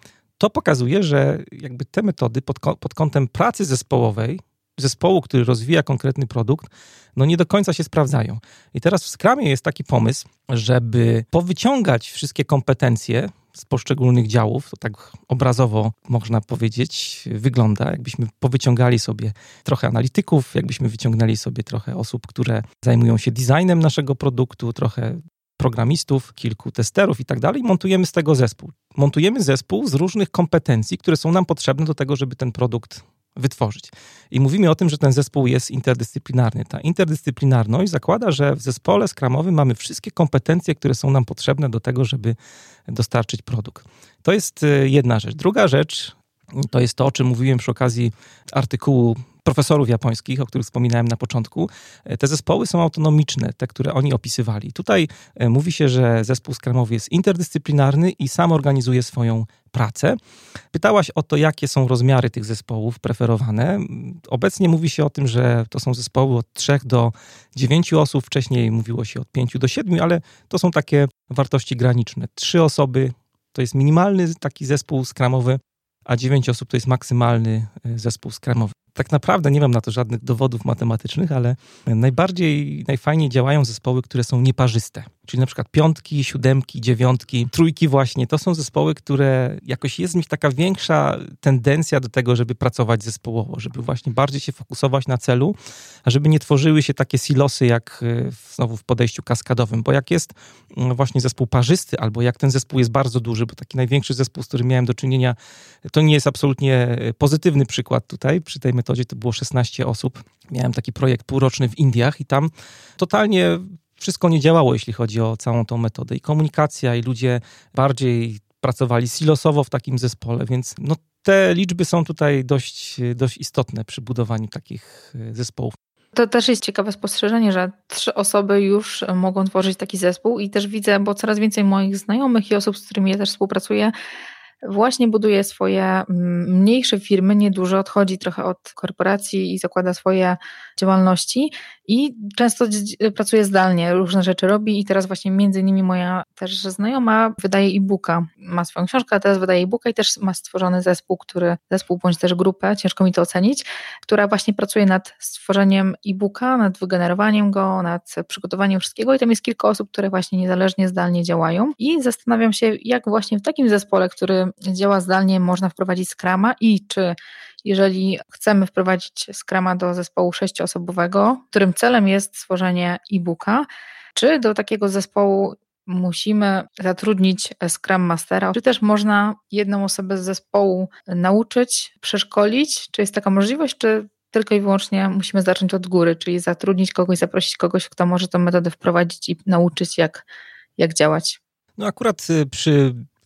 to pokazuje, że jakby te metody pod, pod kątem pracy zespołowej, zespołu, który rozwija konkretny produkt, no nie do końca się sprawdzają. I teraz w Scrumie jest taki pomysł, żeby powyciągać wszystkie kompetencje z poszczególnych działów, to tak obrazowo można powiedzieć, wygląda, jakbyśmy powyciągali sobie trochę analityków, jakbyśmy wyciągnęli sobie trochę osób, które zajmują się designem naszego produktu, trochę programistów, kilku testerów i tak dalej, montujemy z tego zespół. Montujemy zespół z różnych kompetencji, które są nam potrzebne do tego, żeby ten produkt wytworzyć. I mówimy o tym, że ten zespół jest interdyscyplinarny. Ta interdyscyplinarność zakłada, że w zespole scrumowym mamy wszystkie kompetencje, które są nam potrzebne do tego, żeby dostarczyć produkt. To jest jedna rzecz. Druga rzecz to jest to, o czym mówiłem przy okazji artykułu profesorów japońskich, o których wspominałem na początku. Te zespoły są autonomiczne, te, które oni opisywali. Tutaj mówi się, że zespół scrumowy jest interdyscyplinarny i sam organizuje swoją pracę. Pytałaś o to, jakie są rozmiary tych zespołów preferowane. Obecnie mówi się o tym, że to są zespoły od trzech do dziewięciu osób. Wcześniej mówiło się od pięciu do siedmiu, ale to są takie wartości graniczne. Trzy osoby to jest minimalny taki zespół scrumowy, a dziewięć osób to jest maksymalny zespół scrumowy. Tak naprawdę nie mam na to żadnych dowodów matematycznych, ale najbardziej, najfajniej działają zespoły, które są nieparzyste. Czyli na przykład piątki, siódemki, dziewiątki, trójki właśnie. To są zespoły, które jakoś jest w nich taka większa tendencja do tego, żeby pracować zespołowo, żeby właśnie bardziej się fokusować na celu, a żeby nie tworzyły się takie silosy jak znowu w podejściu kaskadowym. Bo jak jest właśnie zespół parzysty, albo jak ten zespół jest bardzo duży, bo taki największy zespół, z którym miałem do czynienia, to nie jest absolutnie pozytywny przykład tutaj. Przy tej metodzie to było szesnaście osób. Miałem taki projekt półroczny w Indiach i tam totalnie wszystko nie działało, jeśli chodzi o całą tą metodę. I komunikacja, i ludzie bardziej pracowali silosowo w takim zespole, więc no, te liczby są tutaj dość, dość istotne przy budowaniu takich zespołów. To też jest ciekawe spostrzeżenie, że trzy osoby już mogą tworzyć taki zespół i też widzę, bo coraz więcej moich znajomych i osób, z którymi ja też współpracuję, właśnie buduje swoje mniejsze firmy, nieduże, odchodzi trochę od korporacji i zakłada swoje działalności i często pracuje zdalnie, różne rzeczy robi i teraz właśnie między innymi moja też znajoma wydaje e-booka, ma swoją książkę, a teraz wydaje e-booka i też ma stworzony zespół, który, zespół bądź też grupę, ciężko mi to ocenić, która właśnie pracuje nad stworzeniem e-booka, nad wygenerowaniem go, nad przygotowaniem wszystkiego i tam jest kilka osób, które właśnie niezależnie, zdalnie działają i zastanawiam się, jak właśnie w takim zespole, który działa zdalnie, można wprowadzić Scruma i czy jeżeli chcemy wprowadzić Scruma do zespołu sześcioosobowego, którym celem jest stworzenie e-booka, czy do takiego zespołu musimy zatrudnić Scrum Mastera, czy też można jedną osobę z zespołu nauczyć, przeszkolić, czy jest taka możliwość, czy tylko i wyłącznie musimy zacząć od góry, czyli zatrudnić kogoś, zaprosić kogoś, kto może tę metodę wprowadzić i nauczyć, jak, jak działać. No akurat przy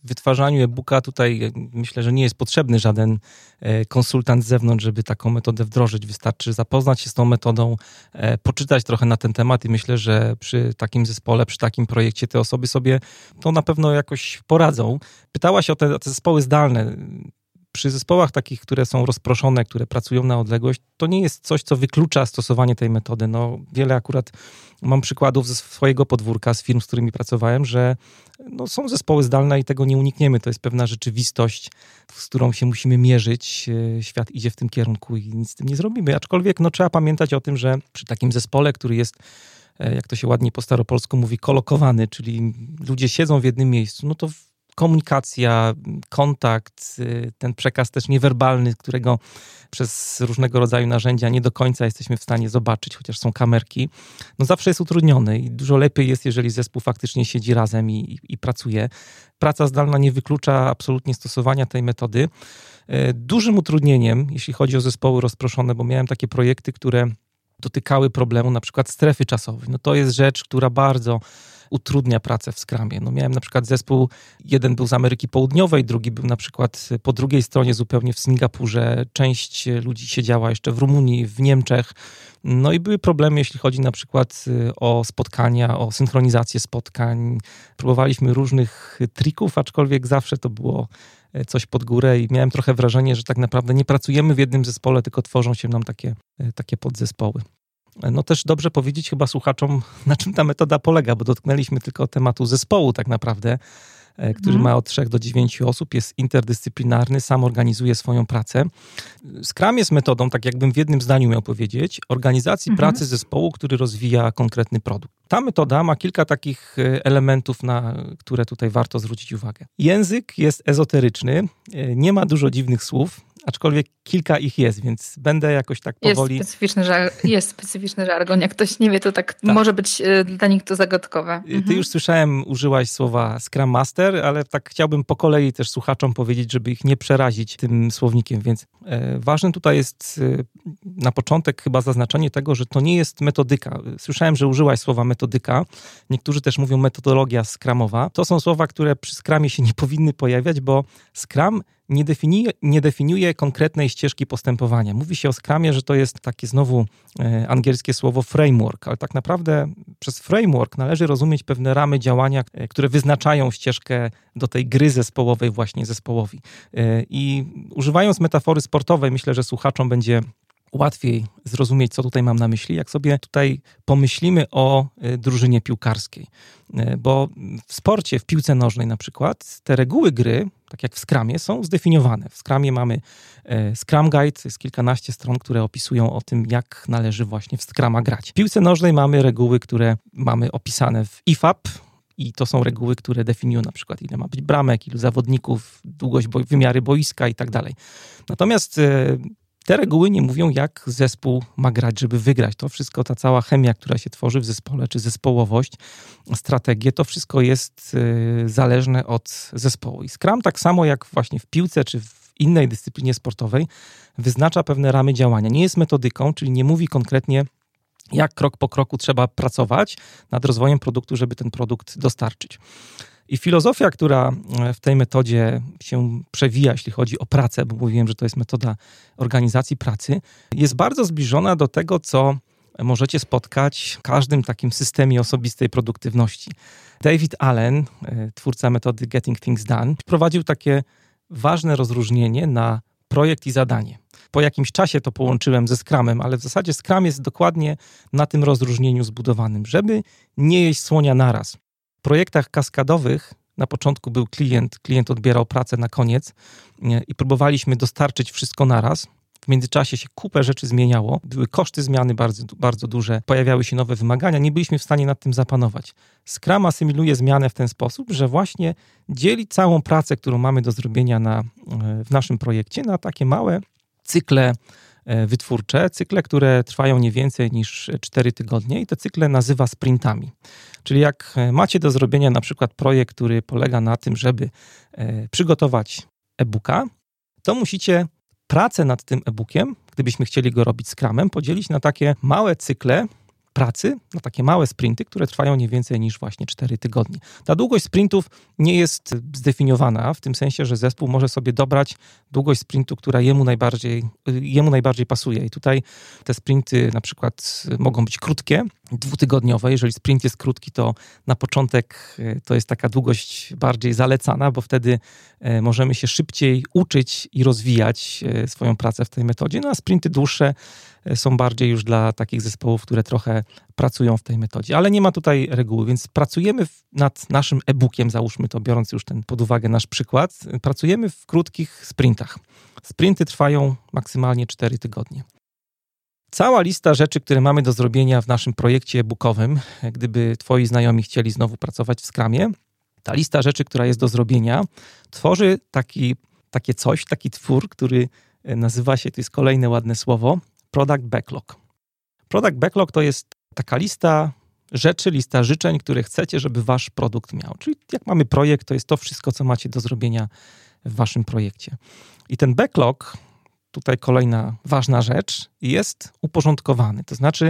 wytwarzaniu e-booka tutaj myślę, że nie jest potrzebny żaden konsultant z zewnątrz, żeby taką metodę wdrożyć. Wystarczy zapoznać się z tą metodą, poczytać trochę na ten temat i myślę, że przy takim zespole, przy takim projekcie te osoby sobie to na pewno jakoś poradzą. Pytałaś o te, o te zespoły zdalne. Przy zespołach takich, które są rozproszone, które pracują na odległość, to nie jest coś, co wyklucza stosowanie tej metody. No, wiele akurat mam przykładów ze swojego podwórka, z firm, z którymi pracowałem, że no, są zespoły zdalne i tego nie unikniemy. To jest pewna rzeczywistość, z którą się musimy mierzyć. Świat idzie w tym kierunku i nic z tym nie zrobimy. Aczkolwiek no, trzeba pamiętać o tym, że przy takim zespole, który jest, jak to się ładnie po staropolsku mówi, kolokowany, czyli ludzie siedzą w jednym miejscu, no to komunikacja, kontakt, ten przekaz też niewerbalny, którego przez różnego rodzaju narzędzia nie do końca jesteśmy w stanie zobaczyć, chociaż są kamerki, no zawsze jest utrudniony i dużo lepiej jest, jeżeli zespół faktycznie siedzi razem i, i, i pracuje. Praca zdalna nie wyklucza absolutnie stosowania tej metody. Dużym utrudnieniem, jeśli chodzi o zespoły rozproszone, bo miałem takie projekty, które dotykały problemu na przykład strefy czasowej. No to jest rzecz, która bardzo utrudnia pracę w Scrumie. No miałem na przykład zespół, jeden był z Ameryki Południowej, drugi był na przykład po drugiej stronie zupełnie w Singapurze. Część ludzi siedziała jeszcze w Rumunii, w Niemczech. No i były problemy, jeśli chodzi na przykład o spotkania, o synchronizację spotkań. Próbowaliśmy różnych trików, aczkolwiek zawsze to było coś pod górę i miałem trochę wrażenie, że tak naprawdę nie pracujemy w jednym zespole, tylko tworzą się nam takie, takie podzespoły. No też dobrze powiedzieć chyba słuchaczom, na czym ta metoda polega, bo dotknęliśmy tylko tematu zespołu tak naprawdę, który hmm. ma od trzech do dziewięciu osób, jest interdyscyplinarny, sam organizuje swoją pracę. Scrum jest metodą, tak jakbym w jednym zdaniu miał powiedzieć, organizacji hmm. pracy zespołu, który rozwija konkretny produkt. Ta metoda ma kilka takich elementów, na które tutaj warto zwrócić uwagę. Język jest ezoteryczny, nie ma dużo dziwnych słów, aczkolwiek kilka ich jest, więc będę jakoś tak powoli... Jest specyficzny, żar... jest specyficzny żargon. Jak ktoś nie wie, to tak, tak. może być dla nich to zagadkowe. Ty mhm. już słyszałem, użyłaś słowa Scrum Master, ale tak chciałbym po kolei też słuchaczom powiedzieć, żeby ich nie przerazić tym słownikiem, więc e, ważne tutaj jest e, na początek chyba zaznaczenie tego, że to nie jest metodyka. Słyszałem, że użyłaś słowa metodyka. Niektórzy też mówią metodologia scrumowa. To są słowa, które przy Scrumie się nie powinny pojawiać, bo Scrum nie definiuje, nie definiuje konkretnej ścieżki postępowania. Mówi się o Scrumie, że to jest takie znowu e, angielskie słowo framework, ale tak naprawdę przez framework należy rozumieć pewne ramy działania, e, które wyznaczają ścieżkę do tej gry zespołowej właśnie zespołowi. E, I używając metafory sportowej, myślę, że słuchaczom będzie łatwiej zrozumieć, co tutaj mam na myśli, jak sobie tutaj pomyślimy o drużynie piłkarskiej. Bo w sporcie, w piłce nożnej na przykład, te reguły gry, tak jak w Scrumie, są zdefiniowane. W Scrumie mamy Scrum Guide, to jest kilkanaście stron, które opisują o tym, jak należy właśnie w Scruma grać. W piłce nożnej mamy reguły, które mamy opisane w I F A P, i to są reguły, które definiują na przykład, ile ma być bramek, ilu zawodników, długość, bo- wymiary boiska i tak dalej. Natomiast te reguły nie mówią, jak zespół ma grać, żeby wygrać. To wszystko, ta cała chemia, która się tworzy w zespole, czy zespołowość, strategie, to wszystko jest y, zależne od zespołu. I Scrum tak samo jak właśnie w piłce, czy w innej dyscyplinie sportowej, wyznacza pewne ramy działania. Nie jest metodyką, czyli nie mówi konkretnie, jak krok po kroku trzeba pracować nad rozwojem produktu, żeby ten produkt dostarczyć. I filozofia, która w tej metodzie się przewija, jeśli chodzi o pracę, bo mówiłem, że to jest metoda organizacji pracy, jest bardzo zbliżona do tego, co możecie spotkać w każdym takim systemie osobistej produktywności. David Allen, twórca metody Getting Things Done, wprowadził takie ważne rozróżnienie na projekt i zadanie. Po jakimś czasie to połączyłem ze Scrumem, ale w zasadzie Scrum jest dokładnie na tym rozróżnieniu zbudowanym, żeby nie jeść słonia naraz. W projektach kaskadowych na początku był klient, klient odbierał pracę na koniec i próbowaliśmy dostarczyć wszystko naraz. W międzyczasie się kupę rzeczy zmieniało, były koszty zmiany bardzo, bardzo duże, pojawiały się nowe wymagania, nie byliśmy w stanie nad tym zapanować. Scrum asymiluje zmianę w ten sposób, że właśnie dzieli całą pracę, którą mamy do zrobienia na, w naszym projekcie, na takie małe cykle wytwórcze, cykle, które trwają nie więcej niż cztery tygodnie i te cykle nazywa sprintami. Czyli jak macie do zrobienia na przykład projekt, który polega na tym, żeby przygotować e-booka, to musicie pracę nad tym e-bookiem, gdybyśmy chcieli go robić Scrumem, podzielić na takie małe cykle pracy na takie małe sprinty, które trwają nie więcej niż właśnie cztery tygodnie. Ta długość sprintów nie jest zdefiniowana w tym sensie, że zespół może sobie dobrać długość sprintu, która jemu najbardziej, jemu najbardziej pasuje. I tutaj te sprinty na przykład mogą być krótkie, dwutygodniowe. Jeżeli sprint jest krótki, to na początek to jest taka długość bardziej zalecana, bo wtedy możemy się szybciej uczyć i rozwijać swoją pracę w tej metodzie. No a sprinty dłuższe są bardziej już dla takich zespołów, które trochę pracują w tej metodzie. Ale nie ma tutaj reguły, więc pracujemy nad naszym e-bookiem, załóżmy to, biorąc już ten pod uwagę nasz przykład, pracujemy w krótkich sprintach. Sprinty trwają maksymalnie cztery tygodnie. Cała lista rzeczy, które mamy do zrobienia w naszym projekcie e-bookowym, gdyby twoi znajomi chcieli znowu pracować w Scrumie, ta lista rzeczy, która jest do zrobienia, tworzy taki, takie coś, taki twór, który nazywa się, to jest kolejne ładne słowo, Product Backlog. Product Backlog to jest taka lista rzeczy, lista życzeń, które chcecie, żeby wasz produkt miał. Czyli jak mamy projekt, to jest to wszystko, co macie do zrobienia w waszym projekcie. I ten backlog, tutaj kolejna ważna rzecz, jest uporządkowany. To znaczy,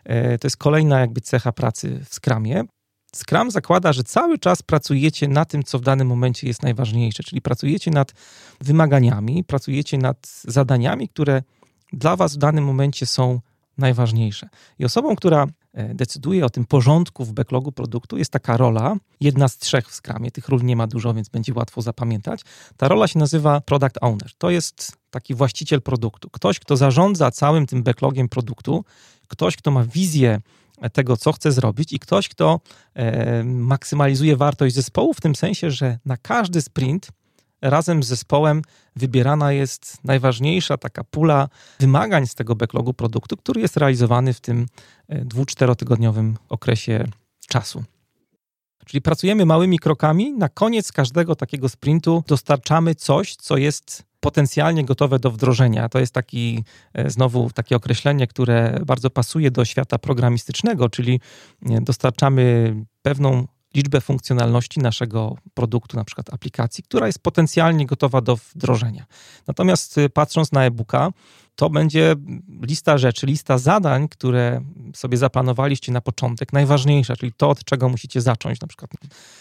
to jest kolejna jakby cecha pracy w Scrumie. Scrum zakłada, że cały czas pracujecie na tym, co w danym momencie jest najważniejsze, czyli pracujecie nad wymaganiami, pracujecie nad zadaniami, które dla was w danym momencie są najważniejsze. I osobą, która decyduje o tym porządku w backlogu produktu, jest taka rola, jedna z trzech w Scrumie, tych ról nie ma dużo, więc będzie łatwo zapamiętać. Ta rola się nazywa Product Owner. To jest taki właściciel produktu. Ktoś, kto zarządza całym tym backlogiem produktu, ktoś, kto ma wizję tego, co chce zrobić i ktoś, kto e, maksymalizuje wartość zespołu w tym sensie, że na każdy sprint razem z zespołem wybierana jest najważniejsza taka pula wymagań z tego backlogu produktu, który jest realizowany w tym dwu-czterotygodniowym okresie czasu. Czyli pracujemy małymi krokami, na koniec każdego takiego sprintu dostarczamy coś, co jest potencjalnie gotowe do wdrożenia. To jest taki, znowu takie określenie, które bardzo pasuje do świata programistycznego, czyli dostarczamy pewną liczbę funkcjonalności naszego produktu, na przykład aplikacji, która jest potencjalnie gotowa do wdrożenia. Natomiast patrząc na e-booka, to będzie lista rzeczy, lista zadań, które sobie zaplanowaliście na początek, najważniejsza, czyli to, od czego musicie zacząć, na przykład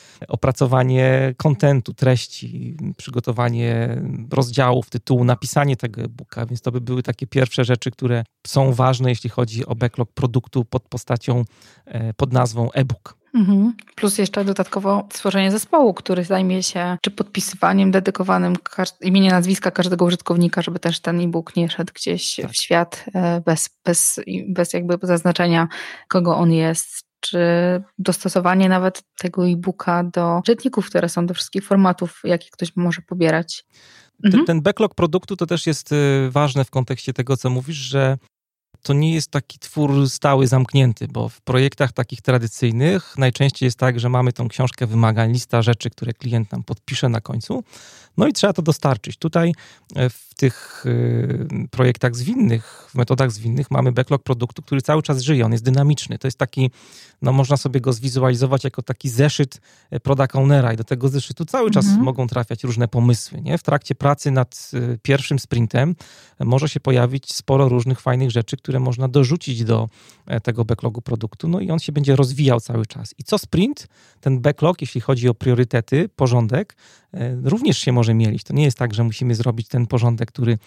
opracowanie kontentu, treści, przygotowanie rozdziałów, tytułu, napisanie tego e-booka, więc to by były takie pierwsze rzeczy, które są ważne, jeśli chodzi o backlog produktu pod postacią, pod nazwą e-book. Mhm. Plus jeszcze dodatkowo stworzenie zespołu, który zajmie się czy podpisywaniem dedykowanym każ- imienia, nazwiska każdego użytkownika, żeby też ten e-book nie szedł gdzieś tak w świat bez, bez, bez jakby zaznaczenia, kogo on jest, czy dostosowanie nawet tego e-booka do czytników, które są do wszystkich formatów, jakie ktoś może pobierać. Mhm. Ten, ten backlog produktu to też jest ważne w kontekście tego, co mówisz, że to nie jest taki twór stały, zamknięty, bo w projektach takich tradycyjnych najczęściej jest tak, że mamy tą książkę wymagań, lista rzeczy, które klient nam podpisze na końcu, no i trzeba to dostarczyć. Tutaj w tych projektach zwinnych, w metodach zwinnych mamy backlog produktu, który cały czas żyje, on jest dynamiczny. To jest taki, no można sobie go zwizualizować jako taki zeszyt product ownera i do tego zeszytu cały czas mhm. mogą trafiać różne pomysły. Nie? W trakcie pracy nad pierwszym sprintem może się pojawić sporo różnych fajnych rzeczy, które można dorzucić do tego backlogu produktu, no i on się będzie rozwijał cały czas. I co sprint, ten backlog, jeśli chodzi o priorytety, porządek, również się może mielić. To nie jest tak, że musimy zrobić ten porządek, który,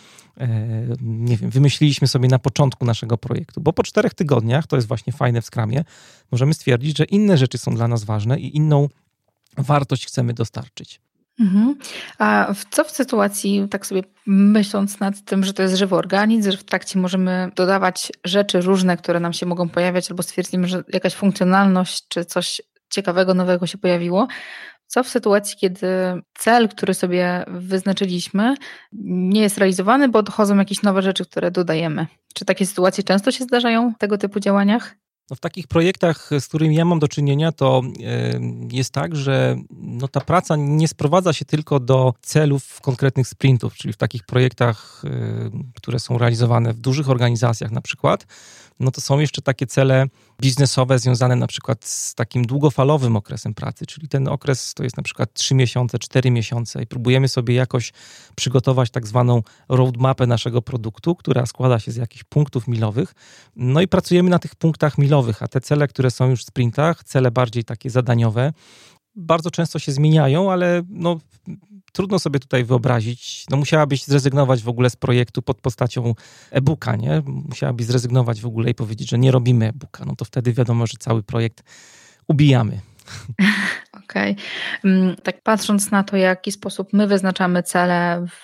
nie wiem, wymyśliliśmy sobie na początku naszego projektu, bo po czterech tygodniach, to jest właśnie fajne w Scrumie, możemy stwierdzić, że inne rzeczy są dla nas ważne i inną wartość chcemy dostarczyć. Mhm. A co w sytuacji, tak sobie myśląc nad tym, że to jest żywy organizm, że w trakcie możemy dodawać rzeczy różne, które nam się mogą pojawiać, albo stwierdzimy, że jakaś funkcjonalność czy coś ciekawego, nowego się pojawiło. Co w sytuacji, kiedy cel, który sobie wyznaczyliśmy, nie jest realizowany, bo dochodzą jakieś nowe rzeczy, które dodajemy? Czy takie sytuacje często się zdarzają w tego typu działaniach? No w takich projektach, z którymi ja mam do czynienia, to jest tak, że no ta praca nie sprowadza się tylko do celów konkretnych sprintów, czyli w takich projektach, które są realizowane w dużych organizacjach na przykład, no to są jeszcze takie cele biznesowe związane na przykład z takim długofalowym okresem pracy, czyli ten okres to jest na przykład trzy miesiące, cztery miesiące i próbujemy sobie jakoś przygotować tak zwaną roadmapę naszego produktu, która składa się z jakichś punktów milowych, no i pracujemy na tych punktach milowych, a te cele, które są już w sprintach, cele bardziej takie zadaniowe, bardzo często się zmieniają, ale no, trudno sobie tutaj wyobrazić, no musiałabyś zrezygnować w ogóle z projektu pod postacią e-booka, nie? Musiałabyś zrezygnować w ogóle i powiedzieć, że nie robimy e-booka, no to wtedy wiadomo, że cały projekt ubijamy. Okej. Okay. Tak patrząc na to, w jaki sposób my wyznaczamy cele w,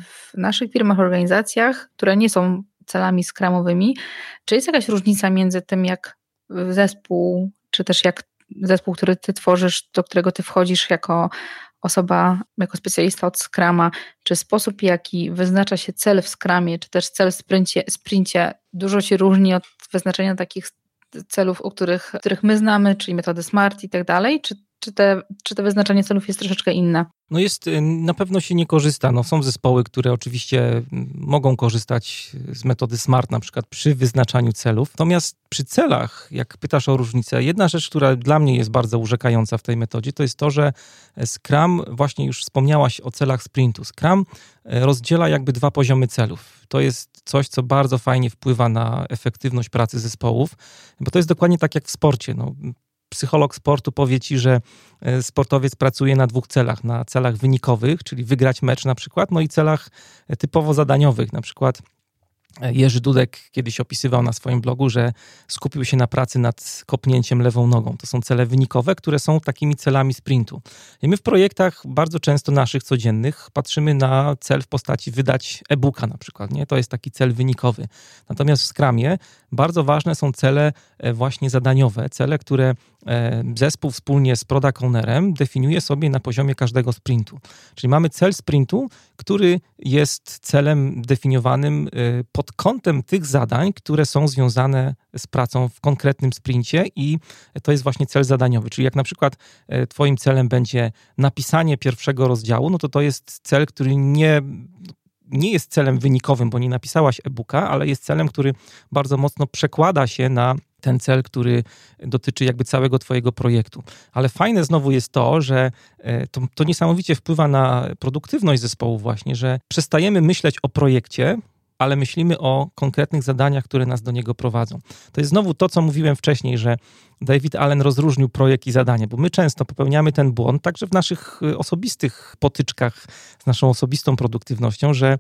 w naszych firmach, organizacjach, które nie są celami skramowymi, czy jest jakaś różnica między tym, jak zespół, czy też jak zespół, który ty tworzysz, do którego ty wchodzisz jako osoba, jako specjalista od Scruma, czy sposób, jaki wyznacza się cel w Scrumie, czy też cel w sprincie, sprincie dużo się różni od wyznaczenia takich celów, o których, których my znamy, czyli metody SMART i tak dalej, czy, czy, te, czy to wyznaczenie celów jest troszeczkę inne? No jest, na pewno się nie korzysta. No są zespoły, które oczywiście mogą korzystać z metody SMART na przykład przy wyznaczaniu celów. Natomiast przy celach, jak pytasz o różnicę, jedna rzecz, która dla mnie jest bardzo urzekająca w tej metodzie, to jest to, że Scrum, właśnie już wspomniałaś o celach sprintu, Scrum rozdziela jakby dwa poziomy celów. To jest coś, co bardzo fajnie wpływa na efektywność pracy zespołów, bo to jest dokładnie tak jak w sporcie. No, psycholog sportu powie ci, że sportowiec pracuje na dwóch celach. Na celach wynikowych, czyli wygrać mecz na przykład, no i celach typowo zadaniowych. Na przykład Jerzy Dudek kiedyś opisywał na swoim blogu, że skupił się na pracy nad kopnięciem lewą nogą. To są cele wynikowe, które są takimi celami sprintu. I my w projektach bardzo często naszych codziennych patrzymy na cel w postaci wydać e-booka na przykład. Nie? To jest taki cel wynikowy. Natomiast w Scrumie bardzo ważne są cele właśnie zadaniowe, cele, które zespół wspólnie z product ownerem definiuje sobie na poziomie każdego sprintu. Czyli mamy cel sprintu, który jest celem definiowanym pod kątem tych zadań, które są związane z pracą w konkretnym sprincie i to jest właśnie cel zadaniowy. Czyli jak na przykład twoim celem będzie napisanie pierwszego rozdziału, no to to jest cel, który nie... nie jest celem wynikowym, bo nie napisałaś e-booka, ale jest celem, który bardzo mocno przekłada się na ten cel, który dotyczy jakby całego twojego projektu. Ale fajne znowu jest to, że to, to niesamowicie wpływa na produktywność zespołu właśnie, że przestajemy myśleć o projekcie, ale myślimy o konkretnych zadaniach, które nas do niego prowadzą. To jest znowu to, co mówiłem wcześniej, że David Allen rozróżnił projekt i zadanie, bo my często popełniamy ten błąd, także w naszych osobistych potyczkach z naszą osobistą produktywnością, że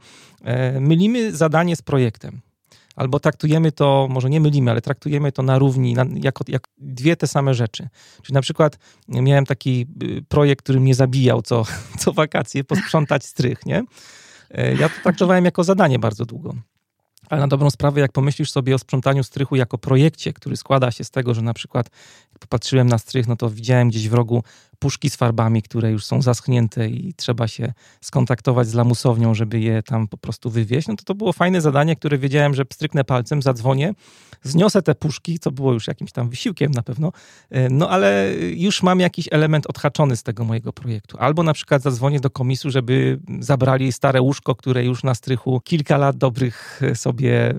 mylimy zadanie z projektem. Albo traktujemy to, może nie mylimy, ale traktujemy to na równi, na, jako, jako dwie te same rzeczy. Czyli na przykład miałem taki projekt, który mnie zabijał co, co wakacje, posprzątać strych, nie? Ja to traktowałem jako zadanie bardzo długo. Ale na dobrą sprawę, jak pomyślisz sobie o sprzątaniu strychu jako projekcie, który składa się z tego, że na przykład jak popatrzyłem na strych, no to widziałem gdzieś w rogu puszki z farbami, które już są zaschnięte i trzeba się skontaktować z lamusownią, żeby je tam po prostu wywieźć, no to to było fajne zadanie, które wiedziałem, że pstryknę palcem, zadzwonię, zniosę te puszki, co było już jakimś tam wysiłkiem na pewno, no ale już mam jakiś element odhaczony z tego mojego projektu. Albo na przykład zadzwonię do komisu, żeby zabrali stare łóżko, które już na strychu kilka lat dobrych sobie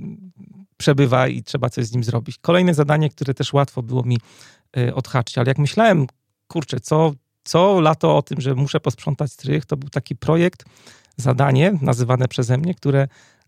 przebywa i trzeba coś z nim zrobić. Kolejne zadanie, które też łatwo było mi odhaczyć, ale jak myślałem, kurczę, co, co lato o tym, że muszę posprzątać strych, to był taki projekt, zadanie nazywane przeze mnie, które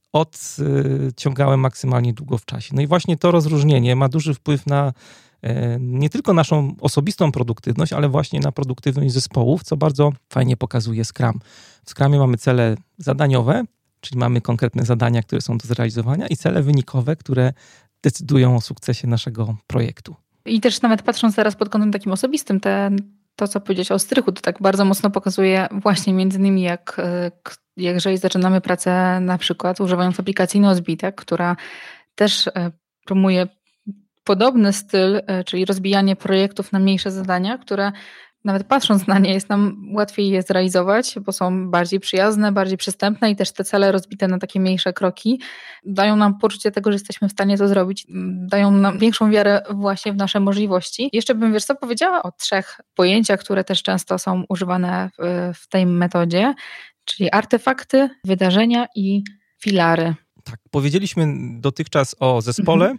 odciągałem maksymalnie długo w czasie. No i właśnie to rozróżnienie ma duży wpływ na nie tylko naszą osobistą produktywność, ale właśnie na produktywność zespołów, co bardzo fajnie pokazuje Scrum. W Scrumie mamy cele zadaniowe, czyli mamy konkretne zadania, które są do zrealizowania i cele wynikowe, które decydują o sukcesie naszego projektu. I też nawet patrząc teraz pod kątem takim osobistym, te, to co powiedziałeś o strychu, to tak bardzo mocno pokazuje właśnie między innymi jak, jak jeżeli zaczynamy pracę na przykład używając aplikacji Nozbe, tak, która też promuje podobny styl, czyli rozbijanie projektów na mniejsze zadania, które nawet patrząc na nie jest nam łatwiej je zrealizować, bo są bardziej przyjazne, bardziej przystępne i też te cele rozbite na takie mniejsze kroki dają nam poczucie tego, że jesteśmy w stanie to zrobić, dają nam większą wiarę właśnie w nasze możliwości. Jeszcze bym, wiesz co, powiedziała o trzech pojęciach, które też często są używane w, w tej metodzie, czyli artefakty, wydarzenia i filary. Tak, powiedzieliśmy dotychczas o zespole, mhm.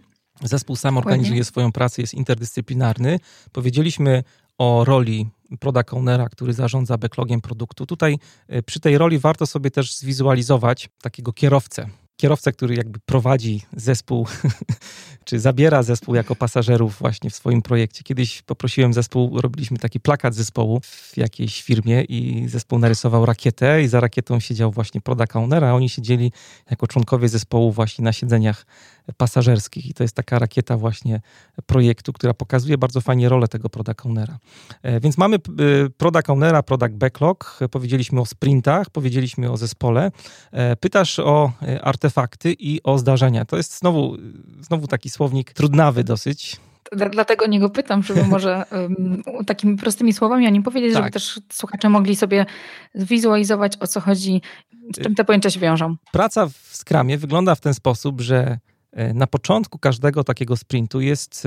Zespół sam organizuje swoją pracę, jest interdyscyplinarny. Powiedzieliśmy o roli product ownera, który zarządza backlogiem produktu. Tutaj przy tej roli warto sobie też zwizualizować takiego kierowcę. Kierowcę, który jakby prowadzi zespół, czy zabiera zespół jako pasażerów właśnie w swoim projekcie. Kiedyś poprosiłem zespół, robiliśmy taki plakat zespołu w jakiejś firmie i zespół narysował rakietę i za rakietą siedział właśnie product owner, a oni siedzieli jako członkowie zespołu właśnie na siedzeniach pasażerskich i to jest taka rakieta właśnie projektu, która pokazuje bardzo fajnie rolę tego product ownera. Więc mamy product ownera, product backlog, powiedzieliśmy o sprintach, powiedzieliśmy o zespole. Pytasz o artefakty i o zdarzenia. To jest znowu, znowu taki słownik trudnawy dosyć. Dlatego niego pytam, żeby może um, takimi prostymi słowami o nim powiedzieć, tak, żeby też słuchacze mogli sobie zwizualizować, o co chodzi, z czym te pojęcia się wiążą. Praca w Scrumie wygląda w ten sposób, że na początku każdego takiego sprintu jest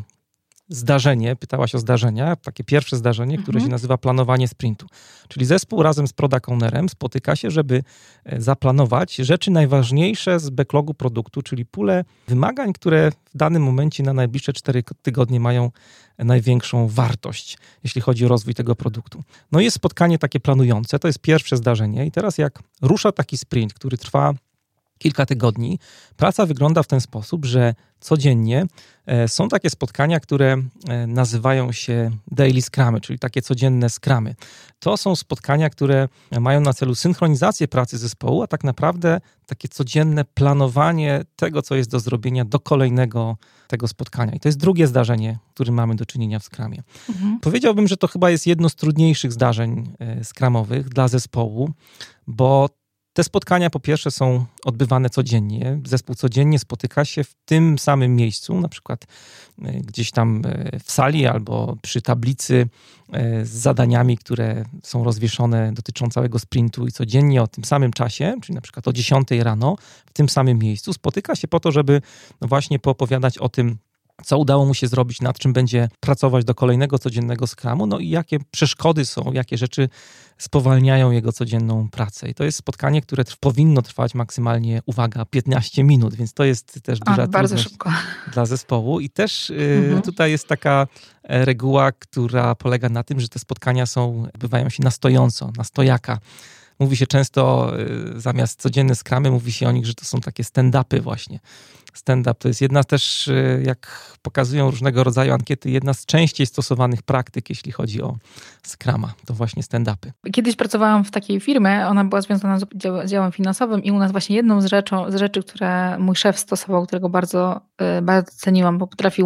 zdarzenie, pytałaś o zdarzenia, takie pierwsze zdarzenie, które mhm. się nazywa planowanie sprintu. Czyli zespół razem z product ownerem spotyka się, żeby zaplanować rzeczy najważniejsze z backlogu produktu, czyli pulę wymagań, które w danym momencie na najbliższe cztery tygodnie mają największą wartość, jeśli chodzi o rozwój tego produktu. No jest spotkanie takie planujące, to jest pierwsze zdarzenie i teraz jak rusza taki sprint, który trwa kilka tygodni, praca wygląda w ten sposób, że codziennie są takie spotkania, które nazywają się daily scrumy, czyli takie codzienne scrumy. To są spotkania, które mają na celu synchronizację pracy zespołu, a tak naprawdę takie codzienne planowanie tego, co jest do zrobienia do kolejnego tego spotkania. I to jest drugie zdarzenie, którym mamy do czynienia w Scrumie. Mhm. Powiedziałbym, że to chyba jest jedno z trudniejszych zdarzeń scrumowych dla zespołu, bo te spotkania po pierwsze są odbywane codziennie. Zespół codziennie spotyka się w tym samym miejscu, na przykład gdzieś tam w sali albo przy tablicy z zadaniami, które są rozwieszone, dotyczą całego sprintu i codziennie o tym samym czasie, czyli na przykład o dziesiątej rano w tym samym miejscu spotyka się po to, żeby no właśnie poopowiadać o tym, co udało mu się zrobić, nad czym będzie pracować do kolejnego codziennego Scrumu, no i jakie przeszkody są, jakie rzeczy spowalniają jego codzienną pracę. I to jest spotkanie, które trw- powinno trwać maksymalnie, uwaga, piętnaście minut, więc to jest też duża A, bardzo trudność szybko. Dla zespołu. I też y, mhm. tutaj jest taka reguła, która polega na tym, że te spotkania są, odbywają się na stojąco, na stojaka. Mówi się często, y, zamiast codzienne Scrumy, mówi się o nich, że to są takie stand-upy właśnie. Stand-up to jest jedna też, jak pokazują różnego rodzaju ankiety, jedna z częściej stosowanych praktyk, jeśli chodzi o Scruma. To właśnie stand-upy. Kiedyś pracowałam w takiej firmie, ona była związana z działem finansowym i u nas właśnie jedną z, rzeczą, z rzeczy, które mój szef stosował, którego bardzo, bardzo ceniłam, bo potrafił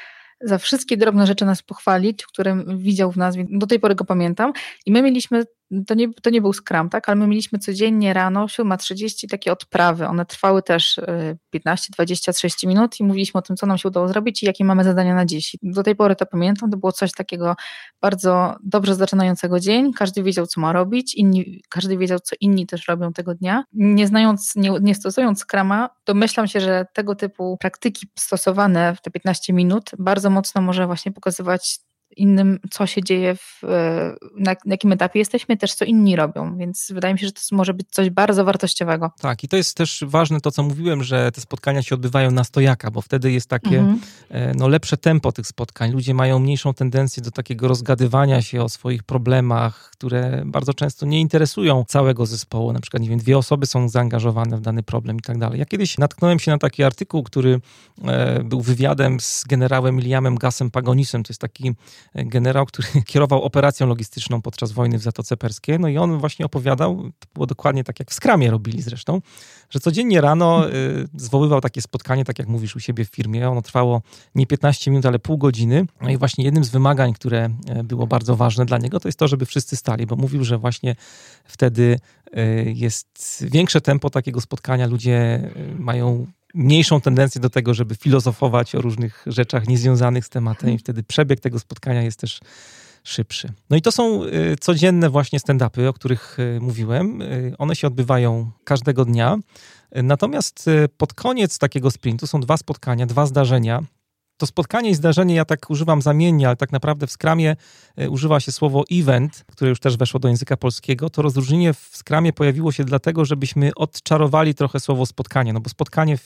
za wszystkie drobne rzeczy nas pochwalić, które widział w nas, do tej pory go pamiętam. I my mieliśmy, to nie, to nie był Scrum, tak, ale my mieliśmy codziennie rano, siódma trzydzieści, takie odprawy. One trwały też piętnaście, dwadzieścia, trzydzieści minut i mówiliśmy o tym, co nam się udało zrobić i jakie mamy zadania na dziś. I do tej pory to pamiętam, to było coś takiego bardzo dobrze zaczynającego dzień. Każdy wiedział, co ma robić, inni, każdy wiedział, co inni też robią tego dnia. Nie znając, nie, nie stosując Scruma, domyślam się, że tego typu praktyki stosowane w te piętnaście minut bardzo mocno może właśnie pokazywać innym, co się dzieje, w, na, na jakim etapie jesteśmy, też co inni robią, więc wydaje mi się, że to może być coś bardzo wartościowego. Tak, i to jest też ważne to, co mówiłem, że te spotkania się odbywają na stojaka, bo wtedy jest takie mhm. no, lepsze tempo tych spotkań. Ludzie mają mniejszą tendencję do takiego rozgadywania się o swoich problemach, które bardzo często nie interesują całego zespołu. Na przykład, nie wiem, dwie osoby są zaangażowane w dany problem i tak dalej. Ja kiedyś natknąłem się na taki artykuł, który e, był wywiadem z generałem Liamem Gassem Pagonisem. To jest taki generał, który kierował operacją logistyczną podczas wojny w Zatoce Perskiej. No i on właśnie opowiadał, to było dokładnie tak jak w Scrumie robili zresztą, że codziennie rano y, zwoływał takie spotkanie, tak jak mówisz u siebie w firmie. Ono trwało nie piętnaście minut, ale pół godziny. No i właśnie jednym z wymagań, które było bardzo ważne dla niego, to jest to, żeby wszyscy stali, bo mówił, że właśnie wtedy y, jest większe tempo takiego spotkania. Ludzie y, mają mniejszą tendencję do tego, żeby filozofować o różnych rzeczach niezwiązanych z tematem i wtedy przebieg tego spotkania jest też szybszy. No i to są y, codzienne właśnie stand-upy, o których y, mówiłem. Y, one się odbywają każdego dnia. Y, natomiast y, pod koniec takiego sprintu są dwa spotkania, dwa zdarzenia. To spotkanie i zdarzenie ja tak używam zamiennie, ale tak naprawdę w Scrumie y, używa się słowo event, które już też weszło do języka polskiego. To rozróżnienie w Scrumie pojawiło się dlatego, żebyśmy odczarowali trochę słowo spotkanie, no bo spotkanie w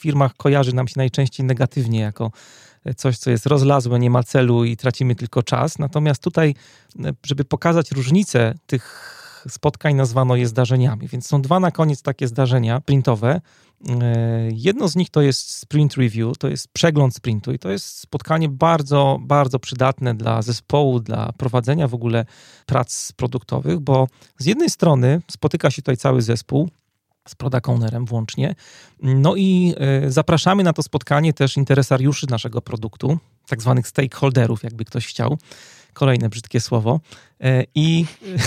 firmach kojarzy nam się najczęściej negatywnie jako coś, co jest rozlazłe, nie ma celu i tracimy tylko czas. Natomiast tutaj, żeby pokazać różnicę tych spotkań, nazwano je zdarzeniami. Więc są dwa na koniec takie zdarzenia sprintowe. Jedno z nich to jest sprint review, to jest przegląd sprintu i to jest spotkanie bardzo, bardzo przydatne dla zespołu, dla prowadzenia w ogóle prac produktowych, bo z jednej strony spotyka się tutaj cały zespół, z product ownerem włącznie. No i zapraszamy na to spotkanie też interesariuszy naszego produktu, tak zwanych stakeholderów, jakby ktoś chciał. Kolejne brzydkie słowo. I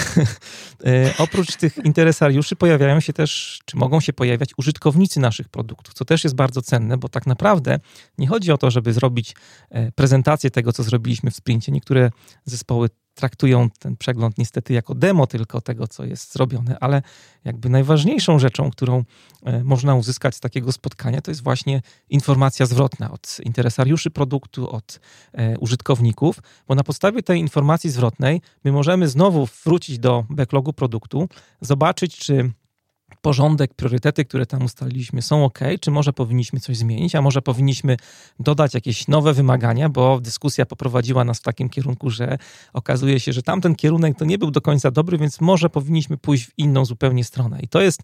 oprócz tych interesariuszy pojawiają się też, czy mogą się pojawiać użytkownicy naszych produktów, co też jest bardzo cenne, bo tak naprawdę nie chodzi o to, żeby zrobić prezentację tego, co zrobiliśmy w sprincie. Niektóre zespoły traktują ten przegląd niestety jako demo tylko tego, co jest zrobione, ale jakby najważniejszą rzeczą, którą można uzyskać z takiego spotkania, to jest właśnie informacja zwrotna od interesariuszy produktu, od użytkowników, bo na podstawie tej informacji zwrotnej my możemy znowu wrócić do backlogu produktu, zobaczyć, czy porządek, priorytety, które tam ustaliliśmy, są ok, czy może powinniśmy coś zmienić, a może powinniśmy dodać jakieś nowe wymagania, bo dyskusja poprowadziła nas w takim kierunku, że okazuje się, że tamten kierunek to nie był do końca dobry, więc może powinniśmy pójść w inną zupełnie stronę. I to jest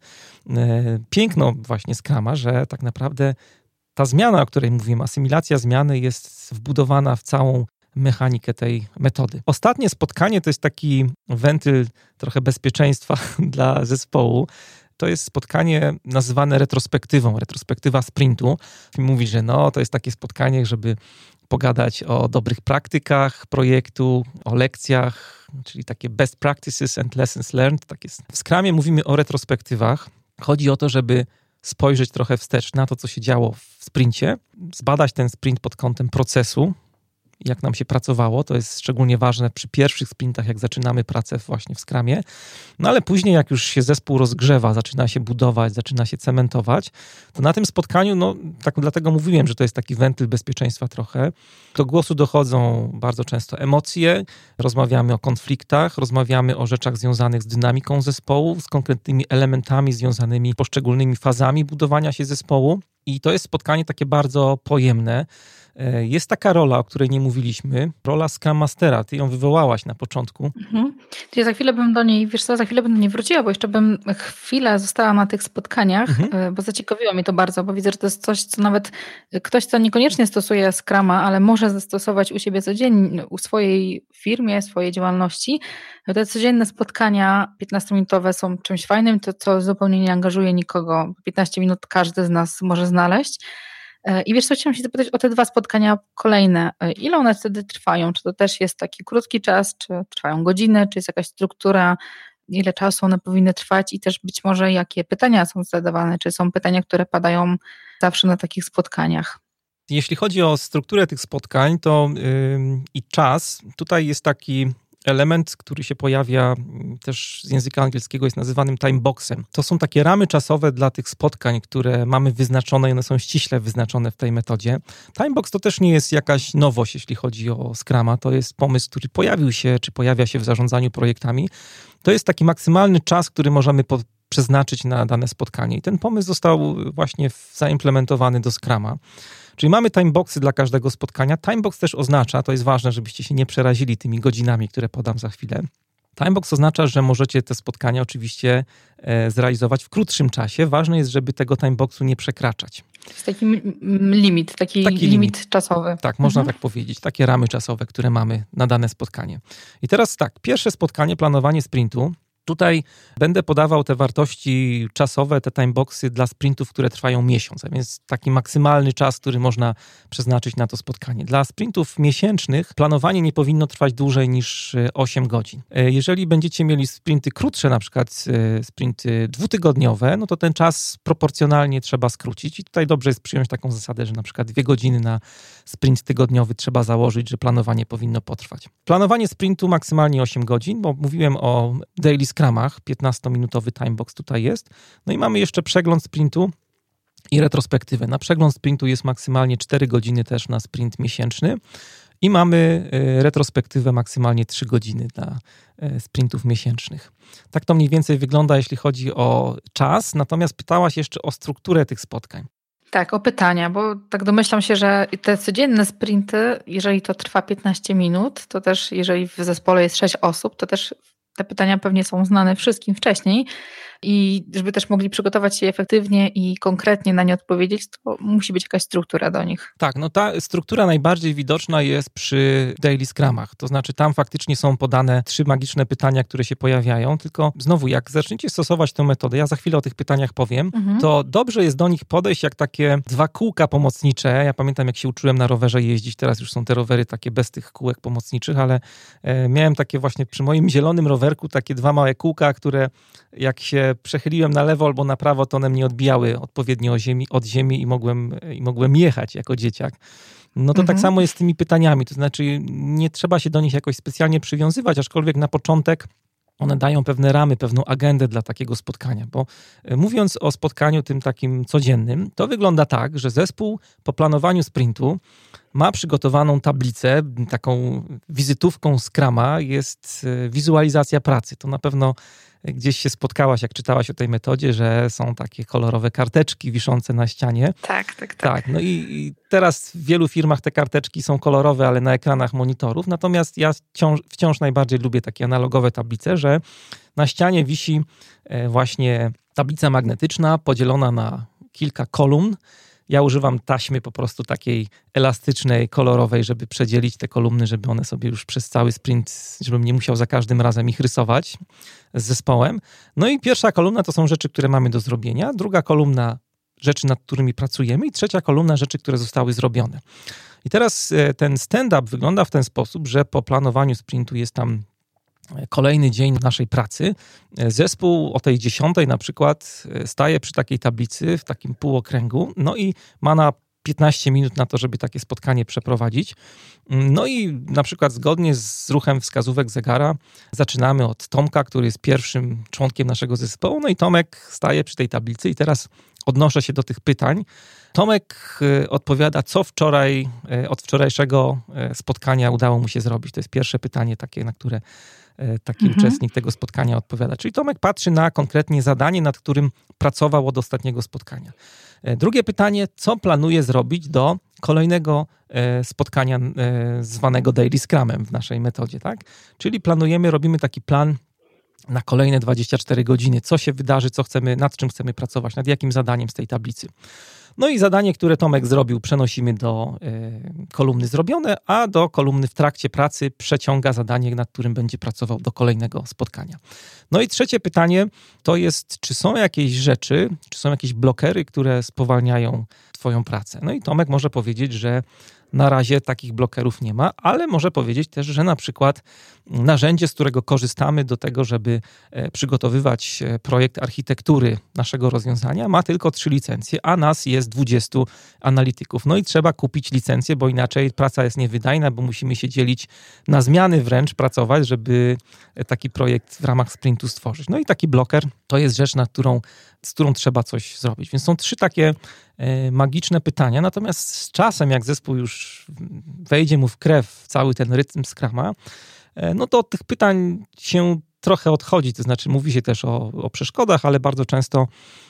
e, piękno właśnie Scruma, że tak naprawdę ta zmiana, o której mówiłem, asymilacja zmiany jest wbudowana w całą mechanikę tej metody. Ostatnie spotkanie to jest taki wentyl trochę bezpieczeństwa dla zespołu. To jest spotkanie nazywane retrospektywą, retrospektywa sprintu. Mówi, że no, to jest takie spotkanie, żeby pogadać o dobrych praktykach projektu, o lekcjach, czyli takie best practices and lessons learned. Tak jest. W Scrumie mówimy o retrospektywach. Chodzi o to, żeby spojrzeć trochę wstecz na to, co się działo w sprincie, zbadać ten sprint pod kątem procesu, jak nam się pracowało. To jest szczególnie ważne przy pierwszych sprintach, jak zaczynamy pracę właśnie w Scrumie. No ale później, jak już się zespół rozgrzewa, zaczyna się budować, zaczyna się cementować, to na tym spotkaniu, no tak dlatego mówiłem, że to jest taki wentyl bezpieczeństwa trochę. Do głosu dochodzą bardzo często emocje, rozmawiamy o konfliktach, rozmawiamy o rzeczach związanych z dynamiką zespołu, z konkretnymi elementami związanymi z poszczególnymi fazami budowania się zespołu. I to jest spotkanie takie bardzo pojemne. Jest taka rola, o której nie mówiliśmy, rola Scrum Mastera. Ty ją wywołałaś na początku. Mhm. Ja za chwilę bym do niej, wiesz co, za chwilę bym do niej wróciła, bo jeszcze bym chwilę została na tych spotkaniach, mhm. bo zaciekawiło mnie to bardzo, bo widzę, że to jest coś, co nawet ktoś, co niekoniecznie stosuje Scruma, ale może zastosować u siebie codziennie, u swojej firmie, swojej działalności. Te codzienne spotkania piętnastominutowe są czymś fajnym, to co zupełnie nie angażuje nikogo. piętnaście minut każdy z nas może znaleźć. I wiesz co, chciałam się zapytać o te dwa spotkania kolejne. Ile one wtedy trwają? Czy to też jest taki krótki czas, czy trwają godziny, czy jest jakaś struktura, ile czasu one powinny trwać i też być może jakie pytania są zadawane, czy są pytania, które padają zawsze na takich spotkaniach? Jeśli chodzi o strukturę tych spotkań to yy, i czas, tutaj jest taki element, który się pojawia też z języka angielskiego, jest nazywanym timeboxem. To są takie ramy czasowe dla tych spotkań, które mamy wyznaczone i one są ściśle wyznaczone w tej metodzie. Timebox to też nie jest jakaś nowość, jeśli chodzi o Scruma. To jest pomysł, który pojawił się, czy pojawia się w zarządzaniu projektami. To jest taki maksymalny czas, który możemy po, przeznaczyć na dane spotkanie. I ten pomysł został właśnie zaimplementowany do Scruma. Czyli mamy timeboxy dla każdego spotkania. Timebox też oznacza, to jest ważne, żebyście się nie przerazili tymi godzinami, które podam za chwilę. Timebox oznacza, że możecie te spotkania oczywiście e, zrealizować w krótszym czasie. Ważne jest, żeby tego timeboxu nie przekraczać. To jest taki limit, taki, taki limit, limit czasowy. Tak, można mhm. tak powiedzieć. Takie ramy czasowe, które mamy na dane spotkanie. I teraz tak, pierwsze spotkanie, planowanie sprintu. Tutaj będę podawał te wartości czasowe, te timeboxy dla sprintów, które trwają miesiąc, a więc taki maksymalny czas, który można przeznaczyć na to spotkanie. Dla sprintów miesięcznych planowanie nie powinno trwać dłużej niż osiem godzin. Jeżeli będziecie mieli sprinty krótsze, na przykład sprinty dwutygodniowe, no to ten czas proporcjonalnie trzeba skrócić i tutaj dobrze jest przyjąć taką zasadę, że na przykład dwie godziny na sprint tygodniowy trzeba założyć, że planowanie powinno potrwać. Planowanie sprintu maksymalnie osiem godzin, bo mówiłem o daily Scrumach, piętnastominutowy timebox tutaj jest. No i mamy jeszcze przegląd sprintu i retrospektywę. Na przegląd sprintu jest maksymalnie cztery godziny też na sprint miesięczny i mamy retrospektywę maksymalnie trzy godziny dla sprintów miesięcznych. Tak to mniej więcej wygląda, jeśli chodzi o czas. Natomiast pytałaś jeszcze o strukturę tych spotkań. Tak, o pytania, bo tak domyślam się, że te codzienne sprinty, jeżeli to trwa piętnaście minut, to też jeżeli w zespole jest sześć osób, to też te pytania pewnie są znane wszystkim wcześniej i żeby też mogli przygotować się efektywnie i konkretnie na nie odpowiedzieć, to musi być jakaś struktura do nich. Tak, no ta struktura najbardziej widoczna jest przy Daily Scrumach, to znaczy tam faktycznie są podane trzy magiczne pytania, które się pojawiają, tylko znowu jak zaczniecie stosować tę metodę, ja za chwilę o tych pytaniach powiem, mhm. to dobrze jest do nich podejść jak takie dwa kółka pomocnicze. Ja pamiętam jak się uczyłem na rowerze jeździć, teraz już są te rowery takie bez tych kółek pomocniczych, ale e, miałem takie właśnie przy moim zielonym rowerku takie dwa małe kółka, które jak się przechyliłem na lewo albo na prawo, to one mnie odbijały odpowiednio od ziemi, od ziemi i mogłem, i mogłem jechać jako dzieciak. No to mhm. tak samo jest z tymi pytaniami, to znaczy nie trzeba się do nich jakoś specjalnie przywiązywać, aczkolwiek na początek one dają pewne ramy, pewną agendę dla takiego spotkania, bo mówiąc o spotkaniu tym takim codziennym, to wygląda tak, że zespół po planowaniu sprintu ma przygotowaną tablicę, taką wizytówką Scruma jest wizualizacja pracy. To na pewno gdzieś się spotkałaś, jak czytałaś o tej metodzie, że są takie kolorowe karteczki wiszące na ścianie. Tak, tak, tak. Tak, no i, i teraz w wielu firmach te karteczki są kolorowe, ale na ekranach monitorów. Natomiast ja wciąż, wciąż najbardziej lubię takie analogowe tablice, że na ścianie wisi właśnie tablica magnetyczna podzielona na kilka kolumn. Ja używam taśmy po prostu takiej elastycznej, kolorowej, żeby przedzielić te kolumny, żeby one sobie już przez cały sprint, żebym nie musiał za każdym razem ich rysować z zespołem. No i pierwsza kolumna to są rzeczy, które mamy do zrobienia, druga kolumna rzeczy, nad którymi pracujemy i trzecia kolumna rzeczy, które zostały zrobione. I teraz ten stand-up wygląda w ten sposób, że po planowaniu sprintu jest tam kolejny dzień naszej pracy. Zespół o tej dziesiątej na przykład staje przy takiej tablicy w takim półokręgu, no i ma na piętnaście minut na to, żeby takie spotkanie przeprowadzić. No i na przykład zgodnie z ruchem wskazówek zegara zaczynamy od Tomka, który jest pierwszym członkiem naszego zespołu, no i Tomek staje przy tej tablicy i teraz odnoszę się do tych pytań. Tomek odpowiada, co wczoraj, od wczorajszego spotkania udało mu się zrobić. To jest pierwsze pytanie takie, na które taki mhm. uczestnik tego spotkania odpowiada. Czyli Tomek patrzy na konkretnie zadanie, nad którym pracował od ostatniego spotkania. Drugie pytanie, co planuje zrobić do kolejnego spotkania zwanego Daily Scrumem w naszej metodzie, tak? Czyli planujemy, robimy taki plan na kolejne dwadzieścia cztery godziny. Co się wydarzy, co chcemy, nad czym chcemy pracować, nad jakim zadaniem z tej tablicy. No i zadanie, które Tomek zrobił, przenosimy do y, kolumny zrobione, a do kolumny w trakcie pracy przeciąga zadanie, nad którym będzie pracował do kolejnego spotkania. No i trzecie pytanie to jest, czy są jakieś rzeczy, czy są jakieś blokery, które spowalniają twoją pracę. No i Tomek może powiedzieć, że na razie takich blokerów nie ma, ale może powiedzieć też, że na przykład narzędzie, z którego korzystamy do tego, żeby przygotowywać projekt architektury naszego rozwiązania, ma tylko trzy licencje, a nas jest dwudziestu analityków. No i trzeba kupić licencję, bo inaczej praca jest niewydajna, bo musimy się dzielić na zmiany wręcz, pracować, żeby taki projekt w ramach sprintu stworzyć. No i taki bloker to jest rzecz, nad którą, z którą trzeba coś zrobić. Więc są trzy takie magiczne pytania, natomiast z czasem, jak zespół już wejdzie mu w krew cały ten rytm Scruma, no to od tych pytań się trochę odchodzi, to znaczy mówi się też o, o przeszkodach, ale bardzo często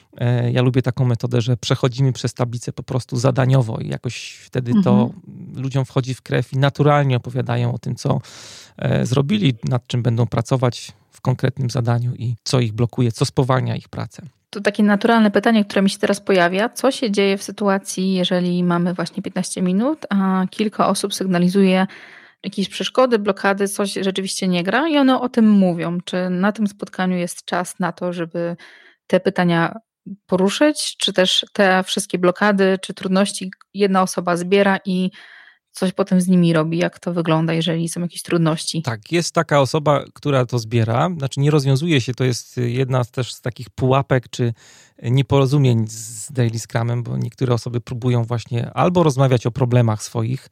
e, ja lubię taką metodę, że przechodzimy przez tablicę po prostu zadaniowo i jakoś wtedy mhm. to ludziom wchodzi w krew i naturalnie opowiadają o tym, co e, zrobili, nad czym będą pracować w konkretnym zadaniu i co ich blokuje, co spowalnia ich pracę. To takie naturalne pytanie, które mi się teraz pojawia. Co się dzieje w sytuacji, jeżeli mamy właśnie piętnaście minut, a kilka osób sygnalizuje jakieś przeszkody, blokady, coś rzeczywiście nie gra i one o tym mówią? Czy na tym spotkaniu jest czas na to, żeby te pytania poruszyć, czy też te wszystkie blokady, czy trudności jedna osoba zbiera i coś potem z nimi robi? Jak to wygląda, jeżeli są jakieś trudności? Tak, jest taka osoba, która to zbiera, znaczy nie rozwiązuje się, to jest jedna z też z takich pułapek czy nieporozumień z Daily Scrumem, bo niektóre osoby próbują właśnie albo rozmawiać o problemach swoich,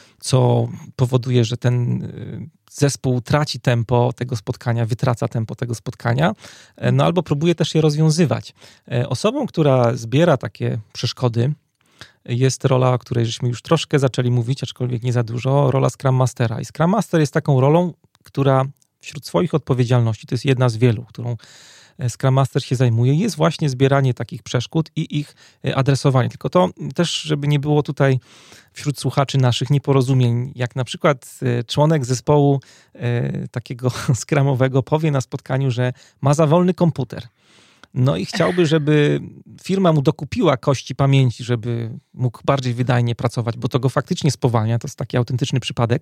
co powoduje, że ten zespół traci tempo tego spotkania, wytraca tempo tego spotkania, no albo próbuje też je rozwiązywać. Osobą, która zbiera takie przeszkody, jest rola, o której żeśmy już troszkę zaczęli mówić, aczkolwiek nie za dużo, rola Scrum Mastera. I Scrum Master jest taką rolą, która wśród swoich odpowiedzialności, to jest jedna z wielu, którą Scrum Master się zajmuje, jest właśnie zbieranie takich przeszkód i ich adresowanie. Tylko to też, żeby nie było tutaj wśród słuchaczy naszych nieporozumień, jak na przykład członek zespołu takiego skramowego powie na spotkaniu, że ma za wolny komputer. No i chciałby, żeby firma mu dokupiła kości pamięci, żeby mógł bardziej wydajnie pracować, bo to go faktycznie spowalnia. To jest taki autentyczny przypadek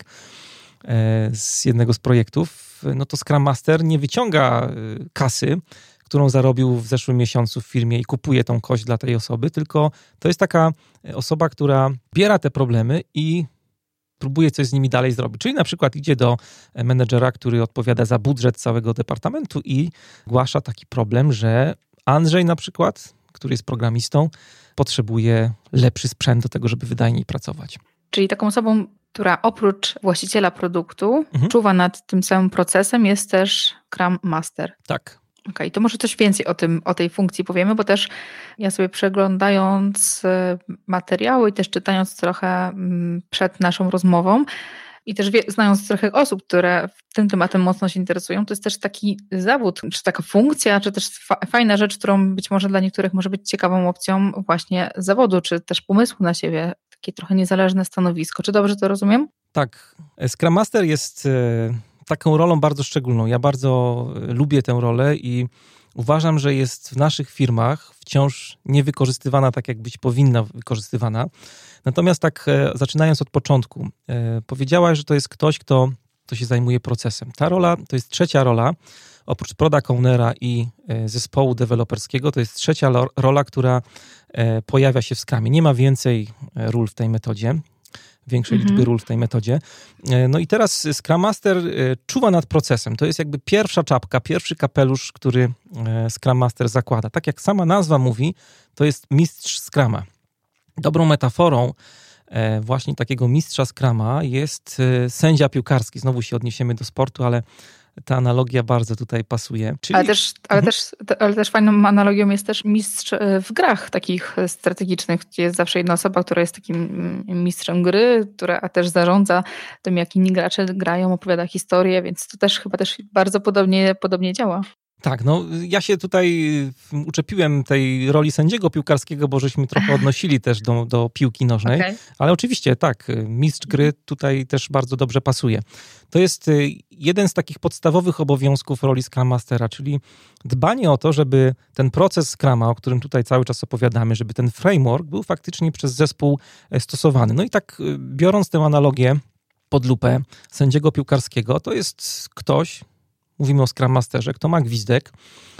z jednego z projektów. No to Scrum Master nie wyciąga kasy, którą zarobił w zeszłym miesiącu w firmie i kupuje tą kość dla tej osoby, tylko to jest taka osoba, która biera te problemy i próbuje coś z nimi dalej zrobić. Czyli na przykład idzie do menedżera, który odpowiada za budżet całego departamentu i zgłasza taki problem, że Andrzej na przykład, który jest programistą, potrzebuje lepszy sprzęt do tego, żeby wydajniej pracować. Czyli taką osobą, która oprócz właściciela produktu mhm. czuwa nad tym samym procesem, jest też Scrum Master. Tak. Okej, okay, to może coś więcej o tym, o tej funkcji powiemy, bo też ja sobie przeglądając materiały i też czytając trochę przed naszą rozmową i też wie, znając trochę osób, które tym tematem mocno się interesują, to jest też taki zawód, czy taka funkcja, czy też fa- fajna rzecz, którą być może dla niektórych może być ciekawą opcją właśnie zawodu, czy też pomysłu na siebie, takie trochę niezależne stanowisko. Czy dobrze to rozumiem? Tak. Scrum Master jest taką rolą bardzo szczególną. Ja bardzo lubię tę rolę i uważam, że jest w naszych firmach wciąż niewykorzystywana tak, jak być powinna wykorzystywana. Natomiast tak zaczynając od początku, powiedziałaś, że to jest ktoś, kto, kto się zajmuje procesem. Ta rola to jest trzecia rola, oprócz product ownera i zespołu deweloperskiego, to jest trzecia rola, która pojawia się w Scrumie. Nie ma więcej ról w tej metodzie. Większej liczby ról w tej metodzie. No i teraz Scrum Master czuwa nad procesem. To jest jakby pierwsza czapka, pierwszy kapelusz, który Scrum Master zakłada. Tak jak sama nazwa mówi, to jest mistrz Scruma. Dobrą metaforą właśnie takiego mistrza Scruma jest sędzia piłkarski. Znowu się odniesiemy do sportu, ale ta analogia bardzo tutaj pasuje. Czyli... Ale, też, ale, też, ale też fajną analogią jest też mistrz w grach takich strategicznych, gdzie jest zawsze jedna osoba, która jest takim mistrzem gry, która też zarządza tym, jak inni gracze grają, opowiada historię, więc to też chyba też bardzo podobnie, podobnie działa. Tak, no ja się tutaj uczepiłem tej roli sędziego piłkarskiego, bo żeśmy trochę odnosili też do, do piłki nożnej, okay. Ale oczywiście tak, mistrz gry tutaj też bardzo dobrze pasuje. To jest jeden z takich podstawowych obowiązków roli Scrum Mastera, czyli dbanie o to, żeby ten proces Scruma, o którym tutaj cały czas opowiadamy, żeby ten framework był faktycznie przez zespół stosowany. No i tak biorąc tę analogię pod lupę sędziego piłkarskiego, to jest ktoś, mówimy o Scrum Masterze, kto ma gwizdek,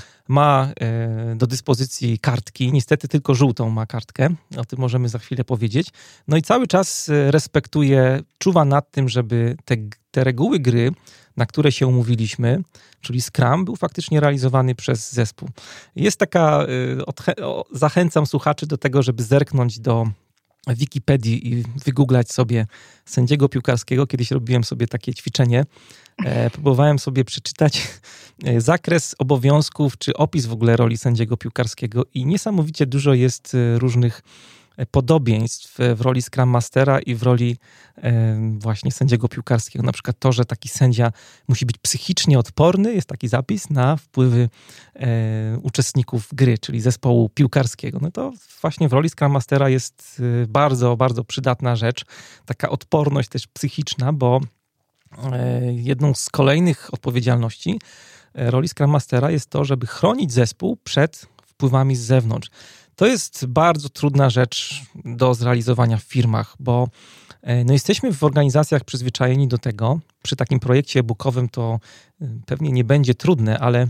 ma do dyspozycji kartki, niestety tylko żółtą ma kartkę, o tym możemy za chwilę powiedzieć, no i cały czas respektuje, czuwa nad tym, żeby te, te reguły gry, na które się umówiliśmy, czyli Scrum, był faktycznie realizowany przez zespół. Jest taka, zachęcam słuchaczy do tego, żeby zerknąć do Wikipedii i wygooglać sobie sędziego piłkarskiego. Kiedyś robiłem sobie takie ćwiczenie. E, próbowałem sobie przeczytać zakres obowiązków, czy opis w ogóle roli sędziego piłkarskiego i niesamowicie dużo jest różnych podobieństw w roli Scrum Mastera i w roli e, właśnie sędziego piłkarskiego. Na przykład to, że taki sędzia musi być psychicznie odporny, jest taki zapis na wpływy e, uczestników gry, czyli zespołu piłkarskiego. No to właśnie w roli Scrum Mastera jest bardzo, bardzo przydatna rzecz. Taka odporność też psychiczna, bo e, jedną z kolejnych odpowiedzialności roli Scrum Mastera jest to, żeby chronić zespół przed wpływami z zewnątrz. To jest bardzo trudna rzecz do zrealizowania w firmach, bo no jesteśmy w organizacjach przyzwyczajeni do tego. Przy takim projekcie e-bookowym to pewnie nie będzie trudne, ale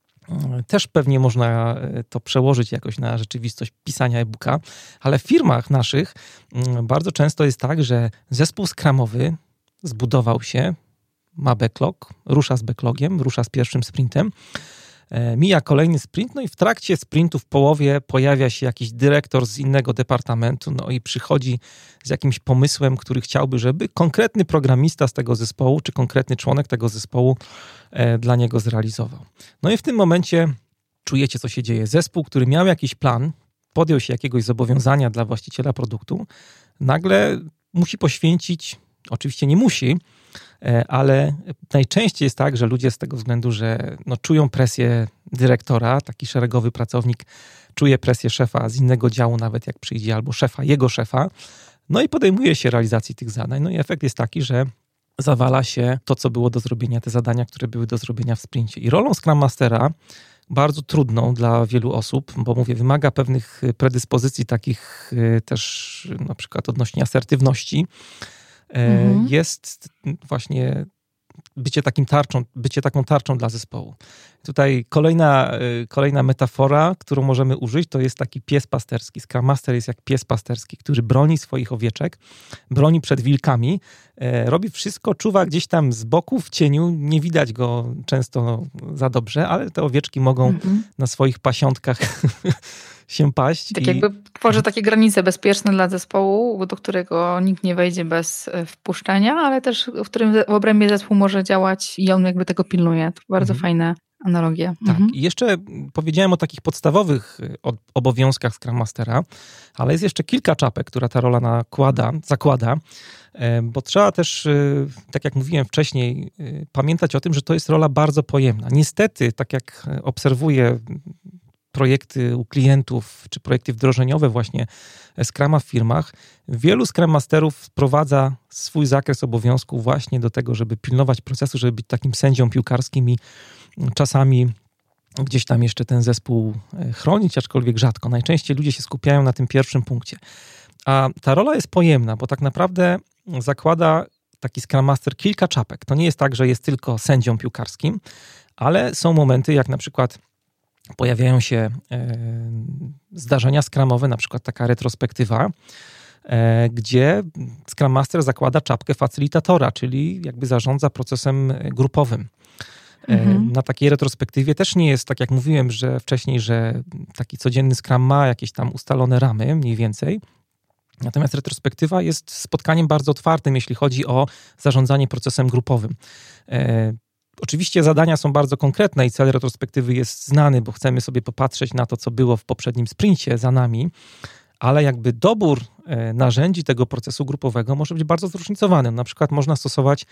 też pewnie można to przełożyć jakoś na rzeczywistość pisania e-booka. Ale w firmach naszych bardzo często jest tak, że zespół scrumowy zbudował się, ma backlog, rusza z backlogiem, rusza z pierwszym sprintem, mija kolejny sprint, no i w trakcie sprintu w połowie pojawia się jakiś dyrektor z innego departamentu, no i przychodzi z jakimś pomysłem, który chciałby, żeby konkretny programista z tego zespołu, czy konkretny członek tego zespołu e, dla niego zrealizował. No i w tym momencie czujecie, co się dzieje. Zespół, który miał jakiś plan, podjął się jakiegoś zobowiązania dla właściciela produktu, nagle musi poświęcić, oczywiście nie musi, ale najczęściej jest tak, że ludzie z tego względu, że no, czują presję dyrektora, taki szeregowy pracownik czuje presję szefa z innego działu, nawet jak przyjdzie, albo szefa, jego szefa, no i podejmuje się realizacji tych zadań. No i efekt jest taki, że zawala się to, co było do zrobienia, te zadania, które były do zrobienia w sprincie. I rolą Scrum Mastera, bardzo trudną dla wielu osób, bo mówię, wymaga pewnych predyspozycji takich też na przykład odnośnie asertywności, mhm. jest właśnie bycie takim tarczą, bycie taką tarczą dla zespołu. Tutaj kolejna, kolejna metafora, którą możemy użyć, to jest taki pies pasterski. Scrum Master jest jak pies pasterski, który broni swoich owieczek, broni przed wilkami, e, robi wszystko, czuwa gdzieś tam z boku w cieniu, nie widać go często za dobrze, ale te owieczki mogą mm-hmm. na swoich pasiątkach się paść. Tak i... jakby tworzy takie granice bezpieczne dla zespołu, do którego nikt nie wejdzie bez wpuszczenia, ale też w którym w obrębie zespół może działać i on jakby tego pilnuje. To bardzo mm-hmm. fajne analogia. Tak. Mhm. I jeszcze powiedziałem o takich podstawowych obowiązkach Scrum Mastera, ale jest jeszcze kilka czapek, która ta rola nakłada, zakłada, bo trzeba też, tak jak mówiłem wcześniej, pamiętać o tym, że to jest rola bardzo pojemna. Niestety, tak jak obserwuję projekty u klientów, czy projekty wdrożeniowe właśnie Scruma w firmach, wielu Scrum Masterów wprowadza swój zakres obowiązków właśnie do tego, żeby pilnować procesu, żeby być takim sędzią piłkarskim i czasami gdzieś tam jeszcze ten zespół chronić, aczkolwiek rzadko. Najczęściej ludzie się skupiają na tym pierwszym punkcie. A ta rola jest pojemna, bo tak naprawdę zakłada taki Scrum Master kilka czapek. To nie jest tak, że jest tylko sędzią piłkarskim, ale są momenty, jak na przykład pojawiają się e, zdarzenia scrumowe, na przykład taka retrospektywa, e, gdzie Scrum Master zakłada czapkę facylitatora, czyli jakby zarządza procesem grupowym. Mhm. Na takiej retrospektywie też nie jest, tak jak mówiłem, że wcześniej, że taki codzienny Scrum ma jakieś tam ustalone ramy mniej więcej. Natomiast retrospektywa jest spotkaniem bardzo otwartym, jeśli chodzi o zarządzanie procesem grupowym. E, oczywiście zadania są bardzo konkretne i cel retrospektywy jest znany, bo chcemy sobie popatrzeć na to, co było w poprzednim sprincie za nami, ale jakby dobór narzędzi tego procesu grupowego może być bardzo zróżnicowany. Na przykład można stosować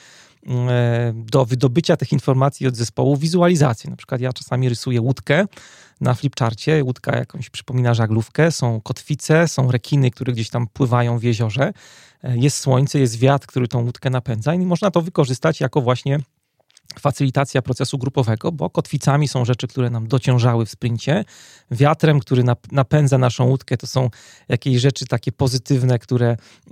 do wydobycia tych informacji od zespołu wizualizację. Na przykład ja czasami rysuję łódkę na flipcharcie. Łódka jakąś przypomina żaglówkę. Są kotwice, są rekiny, które gdzieś tam pływają w jeziorze. Jest słońce, jest wiatr, który tą łódkę napędza i można to wykorzystać jako właśnie facylitacja procesu grupowego, bo kotwicami są rzeczy, które nam dociążały w sprincie. Wiatrem, który napędza naszą łódkę, to są jakieś rzeczy takie pozytywne, które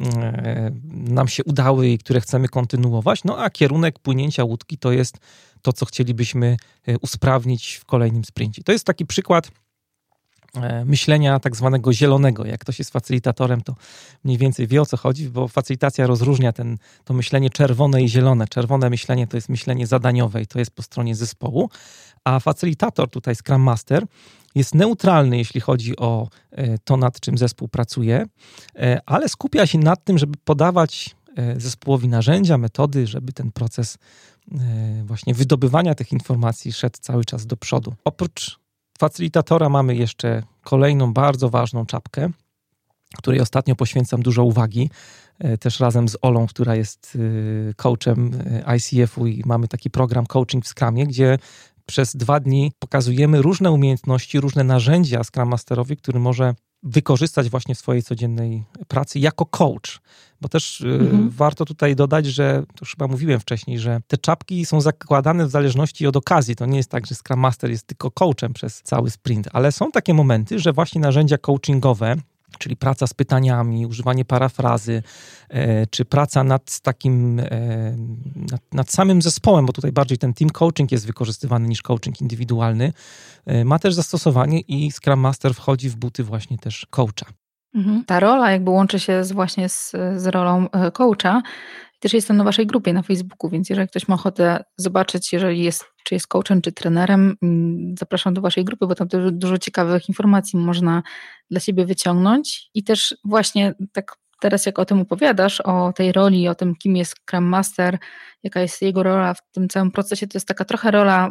nam się udały i które chcemy kontynuować. No a kierunek płynięcia łódki to jest to, co chcielibyśmy usprawnić w kolejnym sprincie. To jest taki przykład myślenia tak zwanego zielonego. Jak ktoś jest facylitatorem, to mniej więcej wie, o co chodzi, bo facylitacja rozróżnia ten, to myślenie czerwone i zielone. Czerwone myślenie to jest myślenie zadaniowe i to jest po stronie zespołu, a facylitator, tutaj Scrum Master, jest neutralny, jeśli chodzi o to, nad czym zespół pracuje, ale skupia się nad tym, żeby podawać zespołowi narzędzia, metody, żeby ten proces właśnie wydobywania tych informacji szedł cały czas do przodu. Oprócz facylitatora mamy jeszcze kolejną bardzo ważną czapkę, której ostatnio poświęcam dużo uwagi, też razem z Olą, która jest coachem I C F-u i mamy taki program Coaching w Scrumie, gdzie przez dwa dni pokazujemy różne umiejętności, różne narzędzia Scrum Masterowi, który może wykorzystać właśnie w swojej codziennej pracy jako coach. Bo też mhm. warto tutaj dodać, że, to już chyba mówiłem wcześniej, że te czapki są zakładane w zależności od okazji. To nie jest tak, że Scrum Master jest tylko coachem przez cały sprint, ale są takie momenty, że właśnie narzędzia coachingowe, czyli praca z pytaniami, używanie parafrazy, e, czy praca nad takim, e, nad, nad samym zespołem, bo tutaj bardziej ten team coaching jest wykorzystywany niż coaching indywidualny, e, ma też zastosowanie i Scrum Master wchodzi w buty właśnie też coacha. Mhm. Ta rola jakby łączy się z, właśnie z, z rolą coacha. Też jestem na waszej grupie na Facebooku, więc jeżeli ktoś ma ochotę zobaczyć, jeżeli jest, czy jest coachem, czy trenerem, zapraszam do waszej grupy, bo tam dużo, dużo ciekawych informacji można dla siebie wyciągnąć. I też właśnie tak teraz jak o tym opowiadasz, o tej roli, o tym, kim jest Scrum Master jaka jest jego rola w tym całym procesie. To jest taka trochę rola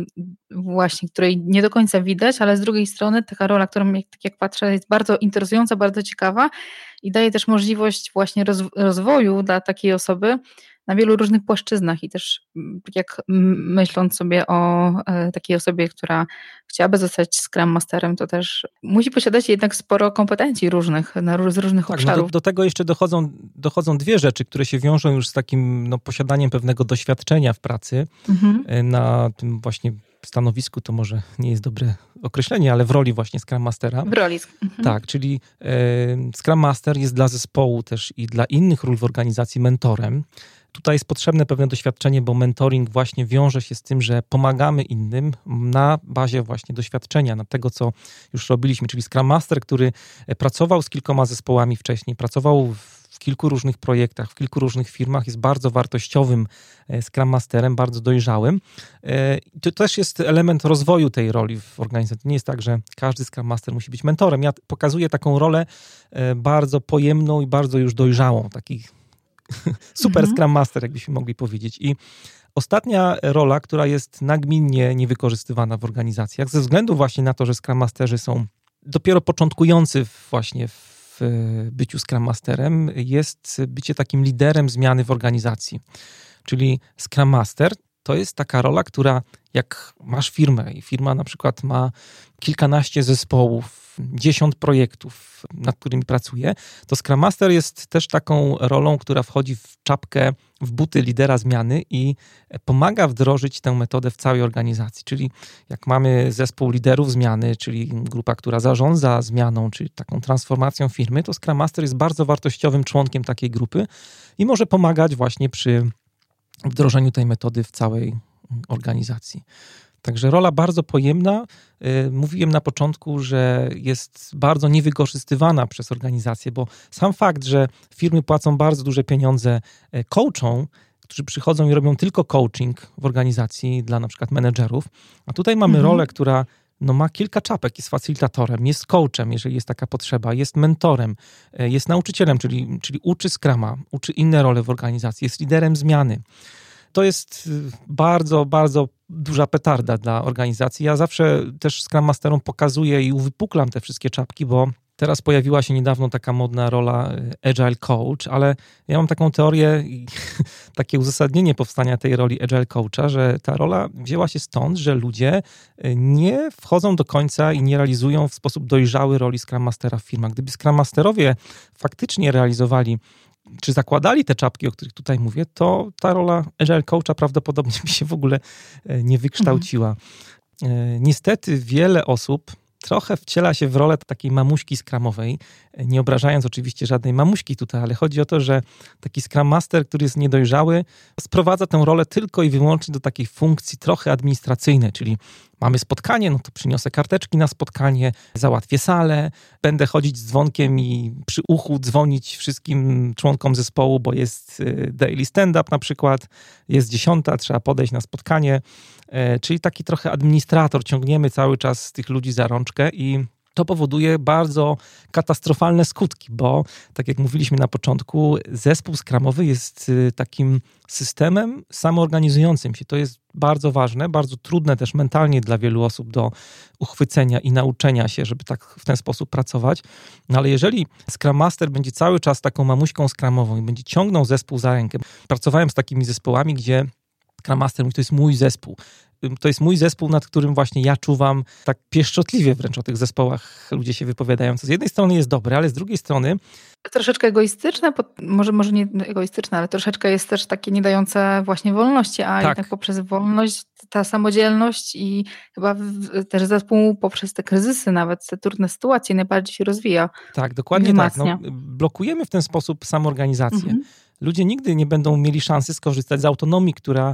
właśnie, której nie do końca widać, ale z drugiej strony taka rola, którą tak jak patrzę jest bardzo interesująca, bardzo ciekawa i daje też możliwość właśnie rozwoju dla takiej osoby na wielu różnych płaszczyznach i też tak jak myśląc sobie o takiej osobie, która chciałaby zostać Scrum Masterem, to też musi posiadać jednak sporo kompetencji różnych, na, z różnych tak, obszarów. No do, do tego jeszcze dochodzą, dochodzą dwie rzeczy, które się wiążą już z takim no, posiadaniem pewnego doświadczenia w pracy mhm. na tym właśnie stanowisku, to może nie jest dobre określenie, ale w roli właśnie Scrum Mastera. W roli. Mhm. Tak, czyli e, Scrum Master jest dla zespołu też i dla innych ról w organizacji mentorem. Tutaj jest potrzebne pewne doświadczenie, bo mentoring właśnie wiąże się z tym, że pomagamy innym na bazie właśnie doświadczenia, na tego, co już robiliśmy, czyli Scrum Master, który pracował z kilkoma zespołami wcześniej, pracował w kilku różnych projektach, w kilku różnych firmach, jest bardzo wartościowym Scrum Masterem, bardzo dojrzałym. To też jest element rozwoju tej roli w organizacji. Nie jest tak, że każdy Scrum Master musi być mentorem. Ja pokazuję taką rolę bardzo pojemną i bardzo już dojrzałą, taki super mhm. Scrum Master, jakbyśmy mogli powiedzieć. I ostatnia rola, która jest nagminnie niewykorzystywana w organizacjach, ze względu właśnie na to, że Scrum Masterzy są dopiero początkujący właśnie w byciu Scrum Masterem, jest bycie takim liderem zmiany w organizacji. Czyli Scrum Master to jest taka rola, która jak masz firmę i firma na przykład ma kilkanaście zespołów, dziesiąt projektów, nad którymi pracuje, to Scrum Master jest też taką rolą, która wchodzi w czapkę, w buty lidera zmiany i pomaga wdrożyć tę metodę w całej organizacji. Czyli jak mamy zespół liderów zmiany, czyli grupa, która zarządza zmianą, czyli taką transformacją firmy, to Scrum Master jest bardzo wartościowym członkiem takiej grupy i może pomagać właśnie przy wdrożeniu tej metody w całej organizacji. Także rola bardzo pojemna. Mówiłem na początku, że jest bardzo niewykorzystywana przez organizacje, bo sam fakt, że firmy płacą bardzo duże pieniądze coachom, którzy przychodzą i robią tylko coaching w organizacji dla na przykład menedżerów, a tutaj mamy mhm. rolę, która no, ma kilka czapek, jest facylitatorem, jest coachem, jeżeli jest taka potrzeba, jest mentorem, jest nauczycielem, czyli, czyli uczy Scruma, uczy inne role w organizacji, jest liderem zmiany. To jest bardzo, bardzo duża petarda dla organizacji. Ja zawsze też Scrum Masterom pokazuję i uwypuklam te wszystkie czapki, bo teraz pojawiła się niedawno taka modna rola Agile Coach, ale ja mam taką teorię i takie uzasadnienie powstania tej roli Agile Coacha, że ta rola wzięła się stąd, że ludzie nie wchodzą do końca i nie realizują w sposób dojrzały roli Scrum Mastera w firmach. Gdyby Scrum Masterowie faktycznie realizowali czy zakładali te czapki, o których tutaj mówię, to ta rola Agile Coacha prawdopodobnie by się w ogóle nie wykształciła. Mhm. Niestety wiele osób trochę wciela się w rolę takiej mamuśki scrumowej, nie obrażając oczywiście żadnej mamuśki tutaj, ale chodzi o to, że taki Scrum Master, który jest niedojrzały, sprowadza tę rolę tylko i wyłącznie do takiej funkcji trochę administracyjnej, czyli mamy spotkanie, no to przyniosę karteczki na spotkanie, załatwię salę, będę chodzić z dzwonkiem i przy uchu dzwonić wszystkim członkom zespołu, bo jest daily stand-up na przykład, jest dziesiąta, trzeba podejść na spotkanie, czyli taki trochę administrator, ciągniemy cały czas tych ludzi za rączkę i to powoduje bardzo katastrofalne skutki, bo tak jak mówiliśmy na początku, zespół scrumowy jest takim systemem samoorganizującym się. To jest bardzo ważne, bardzo trudne też mentalnie dla wielu osób do uchwycenia i nauczenia się, żeby tak w ten sposób pracować. No ale jeżeli Scrum Master będzie cały czas taką mamuśką scrumową i będzie ciągnął zespół za rękę. Pracowałem z takimi zespołami, gdzie Scrum Master mówi, to jest mój zespół. To jest mój zespół, nad którym właśnie ja czuwam tak pieszczotliwie wręcz o tych zespołach ludzie się wypowiadają, co z jednej strony jest dobre, ale z drugiej strony troszeczkę egoistyczne, może, może nie egoistyczne, ale troszeczkę jest też takie nie dające właśnie wolności, a tak. Jednak poprzez wolność, ta samodzielność i chyba też zespół poprzez te kryzysy, nawet te trudne sytuacje najbardziej się rozwija. Tak, dokładnie tak. No, blokujemy w ten sposób samoorganizację. Mhm. Ludzie nigdy nie będą mieli szansy skorzystać z autonomii, która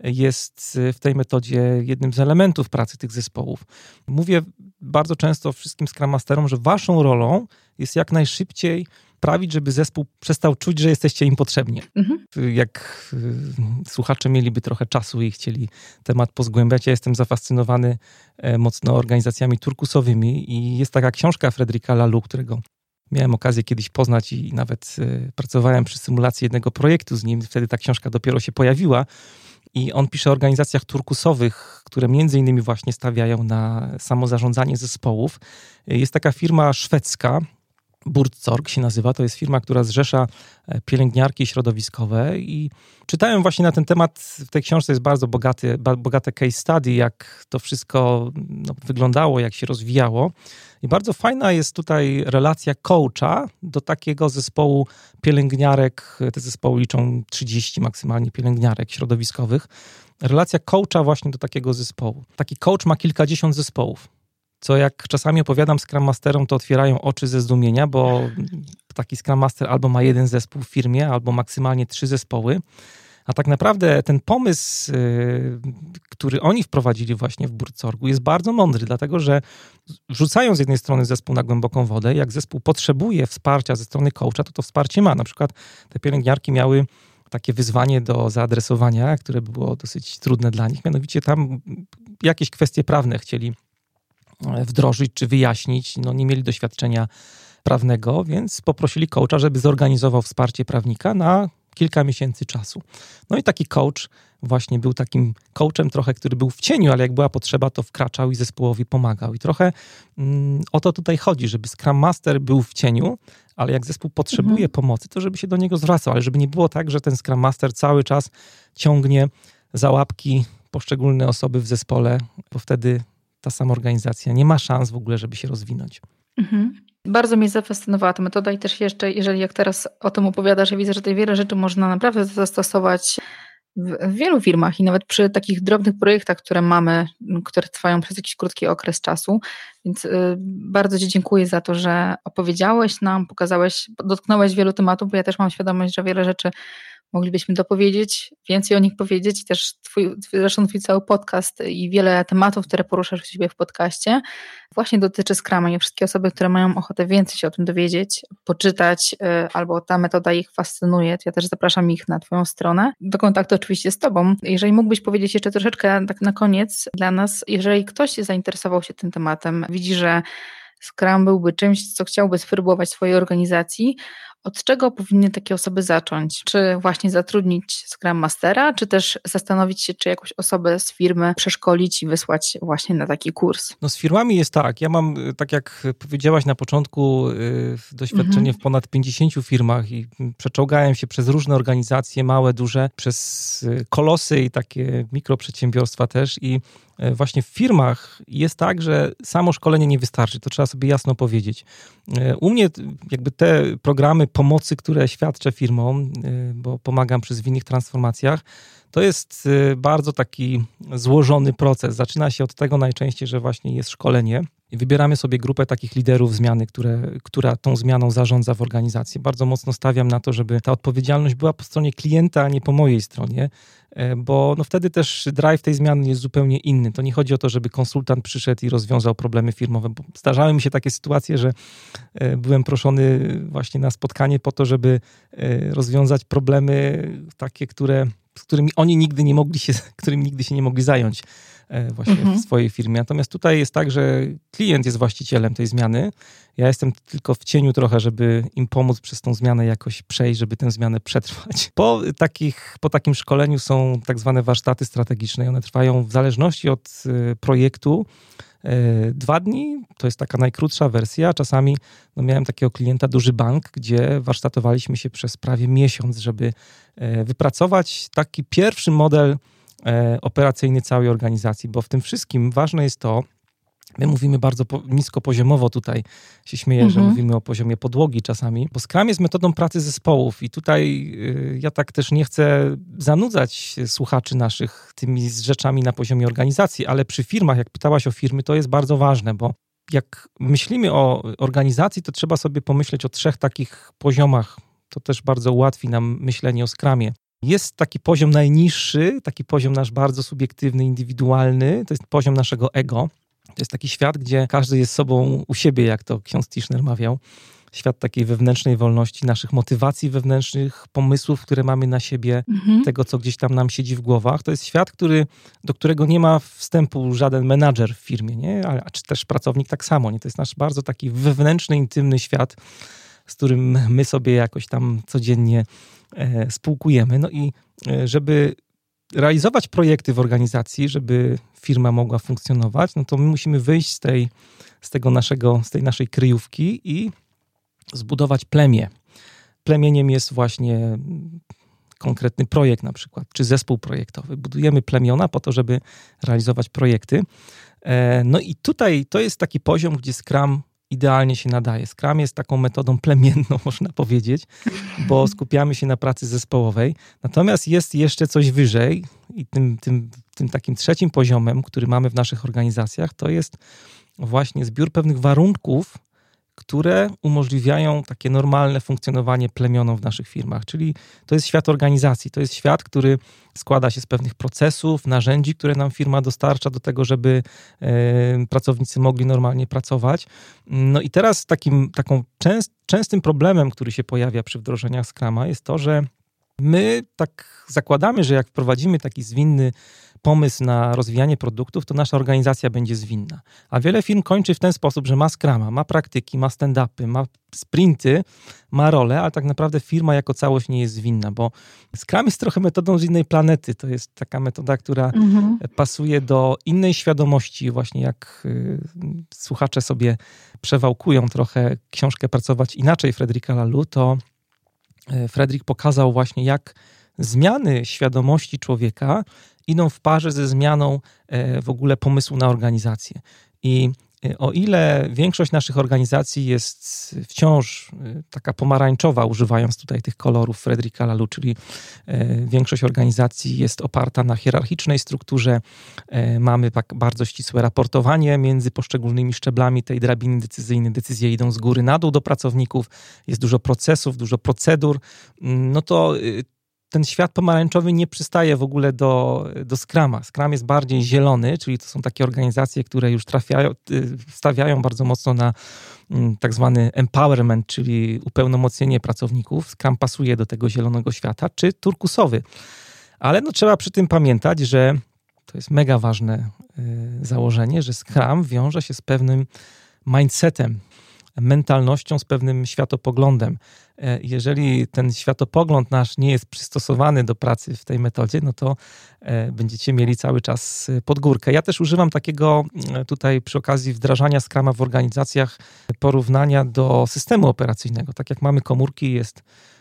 jest w tej metodzie jednym z elementów pracy tych zespołów. Mówię bardzo często wszystkim Scrum Masterom, że waszą rolą jest jak najszybciej sprawić, żeby zespół przestał czuć, że jesteście im potrzebni. Mhm. Jak słuchacze mieliby trochę czasu i chcieli temat pozgłębiać, ja jestem zafascynowany mocno organizacjami turkusowymi i jest taka książka Frederica Laloux, którego Miałem okazję kiedyś poznać i nawet y, pracowałem przy symulacji jednego projektu z nim. Wtedy ta książka dopiero się pojawiła. I on pisze o organizacjach turkusowych, które między innymi właśnie stawiają na samozarządzanie zespołów. Jest taka firma szwedzka, Buurtzorg się nazywa, to jest firma, która zrzesza pielęgniarki środowiskowe i czytałem właśnie na ten temat, w tej książce jest bardzo bogaty, bogate case study, jak to wszystko no, wyglądało, jak się rozwijało. I bardzo fajna jest tutaj relacja coacha do takiego zespołu pielęgniarek, te zespoły liczą trzydzieści maksymalnie pielęgniarek środowiskowych. Relacja coacha właśnie do takiego zespołu. Taki coach ma kilkadziesiąt zespołów. Co jak czasami opowiadam Scrum Masterom, to otwierają oczy ze zdumienia, bo taki Scrum Master albo ma jeden zespół w firmie, albo maksymalnie trzy zespoły. A tak naprawdę ten pomysł, yy, który oni wprowadzili właśnie w Buurtzorgu, jest bardzo mądry, dlatego że wrzucają z jednej strony zespół na głęboką wodę, jak zespół potrzebuje wsparcia ze strony coacha, to to wsparcie ma. Na przykład te pielęgniarki miały takie wyzwanie do zaadresowania, które było dosyć trudne dla nich. Mianowicie tam jakieś kwestie prawne chcieli wdrożyć czy wyjaśnić. No, nie mieli doświadczenia prawnego, więc poprosili coacha, żeby zorganizował wsparcie prawnika na kilka miesięcy czasu. No i taki coach właśnie był takim coachem trochę, który był w cieniu, ale jak była potrzeba, to wkraczał i zespołowi pomagał. I trochę mm, o to tutaj chodzi, żeby Scrum Master był w cieniu, ale jak zespół potrzebuje mhm. pomocy, to żeby się do niego zwracał, ale żeby nie było tak, że ten Scrum Master cały czas ciągnie za łapki poszczególne osoby w zespole, bo wtedy ta sama organizacja nie ma szans w ogóle, żeby się rozwinąć. Mhm. Bardzo mnie zafascynowała ta metoda i też jeszcze, jeżeli jak teraz o tym opowiadasz, ja widzę, że tej wiele rzeczy można naprawdę zastosować w, w wielu firmach i nawet przy takich drobnych projektach, które mamy, które trwają przez jakiś krótki okres czasu. Więc y, bardzo Ci dziękuję za to, że opowiedziałeś nam, pokazałeś, dotknąłeś wielu tematów, bo ja też mam świadomość, że wiele rzeczy moglibyśmy dopowiedzieć, więcej o nich powiedzieć i też twój, zresztą twój cały podcast i wiele tematów, które poruszasz w siebie w podcaście, właśnie dotyczy Scruma i wszystkie osoby, które mają ochotę więcej się o tym dowiedzieć, poczytać yy, albo ta metoda ich fascynuje, to ja też zapraszam ich na Twoją stronę, do kontaktu oczywiście z Tobą. Jeżeli mógłbyś powiedzieć jeszcze troszeczkę tak na koniec dla nas, jeżeli ktoś zainteresował się tym tematem, widzi, że Scrum byłby czymś, co chciałby spróbować w swojej organizacji, od czego powinny takie osoby zacząć? Czy właśnie zatrudnić Scrum Mastera, czy też zastanowić się, czy jakąś osobę z firmy przeszkolić i wysłać właśnie na taki kurs? No z firmami jest tak. Ja mam, tak jak powiedziałaś na początku, doświadczenie mhm. w ponad pięćdziesięciu firmach i przeczołgałem się przez różne organizacje, małe, duże, przez kolosy i takie mikroprzedsiębiorstwa też i właśnie w firmach jest tak, że samo szkolenie nie wystarczy, to trzeba sobie jasno powiedzieć. U mnie jakby te programy pomocy, które świadczę firmom, bo pomagam przy zwinnych transformacjach, to jest bardzo taki złożony proces. Zaczyna się od tego najczęściej, że właśnie jest szkolenie i wybieramy sobie grupę takich liderów zmiany, które, która tą zmianą zarządza w organizacji. Bardzo mocno stawiam na to, żeby ta odpowiedzialność była po stronie klienta, a nie po mojej stronie, bo no wtedy też drive tej zmiany jest zupełnie inny. To nie chodzi o to, żeby konsultant przyszedł i rozwiązał problemy firmowe, bo zdarzały mi się takie sytuacje, że byłem proszony właśnie na spotkanie po to, żeby rozwiązać problemy takie, które z którymi oni nigdy nie mogli się, którymi nigdy się nie mogli zająć właśnie mhm. w swojej firmie. Natomiast tutaj jest tak, że klient jest właścicielem tej zmiany. Ja jestem tylko w cieniu trochę, żeby im pomóc przez tą zmianę jakoś przejść, żeby tę zmianę przetrwać. Po, takich, po takim szkoleniu są tak zwane warsztaty strategiczne i one trwają w zależności od projektu dwa dni, to jest taka najkrótsza wersja. Czasami no miałem takiego klienta, duży bank, gdzie warsztatowaliśmy się przez prawie miesiąc, żeby wypracować taki pierwszy model operacyjny całej organizacji, bo w tym wszystkim ważne jest to, my mówimy bardzo po, niskopoziomowo tutaj, się śmieję, mhm. że mówimy o poziomie podłogi czasami, bo Scrum jest metodą pracy zespołów i tutaj y, ja tak też nie chcę zanudzać słuchaczy naszych tymi rzeczami na poziomie organizacji, ale przy firmach, jak pytałaś o firmy, to jest bardzo ważne, bo jak myślimy o organizacji, to trzeba sobie pomyśleć o trzech takich poziomach. To też bardzo ułatwi nam myślenie o Scrumie. Jest taki poziom najniższy, taki poziom nasz bardzo subiektywny, indywidualny, to jest poziom naszego ego. To jest taki świat, gdzie każdy jest sobą u siebie, jak to ksiądz Tischner mawiał. świat takiej wewnętrznej wolności, naszych motywacji wewnętrznych, pomysłów, które mamy na siebie, mhm. tego, co gdzieś tam nam siedzi w głowach. To jest świat, który, do którego nie ma wstępu żaden menadżer w firmie, nie? A, czy też pracownik tak samo. Nie? To jest nasz bardzo taki wewnętrzny, intymny świat, z którym my sobie jakoś tam codziennie e, spółkujemy. No i e, żeby realizować projekty w organizacji, żeby firma mogła funkcjonować, no to my musimy wyjść z tej, z tego naszego, z tej naszej kryjówki i zbudować plemię. Plemieniem jest właśnie konkretny projekt na przykład, czy zespół projektowy. Budujemy plemiona po to, żeby realizować projekty. No i tutaj to jest taki poziom, gdzie Scrum idealnie się nadaje. Scrum jest taką metodą plemienną, można powiedzieć, bo skupiamy się na pracy zespołowej. Natomiast jest jeszcze coś wyżej i tym, tym, tym takim trzecim poziomem, który mamy w naszych organizacjach, to jest właśnie zbiór pewnych warunków, które umożliwiają takie normalne funkcjonowanie plemionom w naszych firmach. Czyli to jest świat organizacji. To jest świat, który składa się z pewnych procesów, narzędzi, które nam firma dostarcza do tego, żeby e, pracownicy mogli normalnie pracować. No i teraz takim taką częst, częstym problemem, który się pojawia przy wdrożeniach Scruma, jest to, że my tak zakładamy, że jak wprowadzimy taki zwinny pomysł na rozwijanie produktów, to nasza organizacja będzie zwinna. A wiele firm kończy w ten sposób, że ma Scruma, ma praktyki, ma stand-upy, ma sprinty, ma rolę, ale tak naprawdę firma jako całość nie jest zwinna, bo Scrum jest trochę metodą z innej planety. To jest taka metoda, która mhm. pasuje do innej świadomości. Właśnie jak y, słuchacze sobie przewałkują trochę książkę Pracować inaczej Fredricka Laloux, to y, Fredrik pokazał właśnie, jak zmiany świadomości człowieka idą w parze ze zmianą w ogóle pomysłu na organizację. I o ile większość naszych organizacji jest wciąż taka pomarańczowa, używając tutaj tych kolorów Fredricka Laloux, czyli większość organizacji jest oparta na hierarchicznej strukturze, mamy tak bardzo ścisłe raportowanie między poszczególnymi szczeblami tej drabiny decyzyjnej, decyzje idą z góry na dół do pracowników, jest dużo procesów, dużo procedur, no to ten świat pomarańczowy nie przystaje w ogóle do, do Scruma. Scrum jest bardziej zielony, czyli to są takie organizacje, które już trafiają, stawiają bardzo mocno na tak zwany empowerment, czyli upełnomocnienie pracowników. Scrum pasuje do tego zielonego świata, czy turkusowy. Ale no, trzeba przy tym pamiętać, że to jest mega ważne założenie, że Scrum wiąże się z pewnym mindsetem, mentalnością, z pewnym światopoglądem. Jeżeli ten światopogląd nasz nie jest przystosowany do pracy w tej metodzie, no to będziecie mieli cały czas pod górkę. Ja też używam takiego tutaj przy okazji wdrażania Scruma w organizacjach porównania do systemu operacyjnego. Tak jak mamy komórki, jest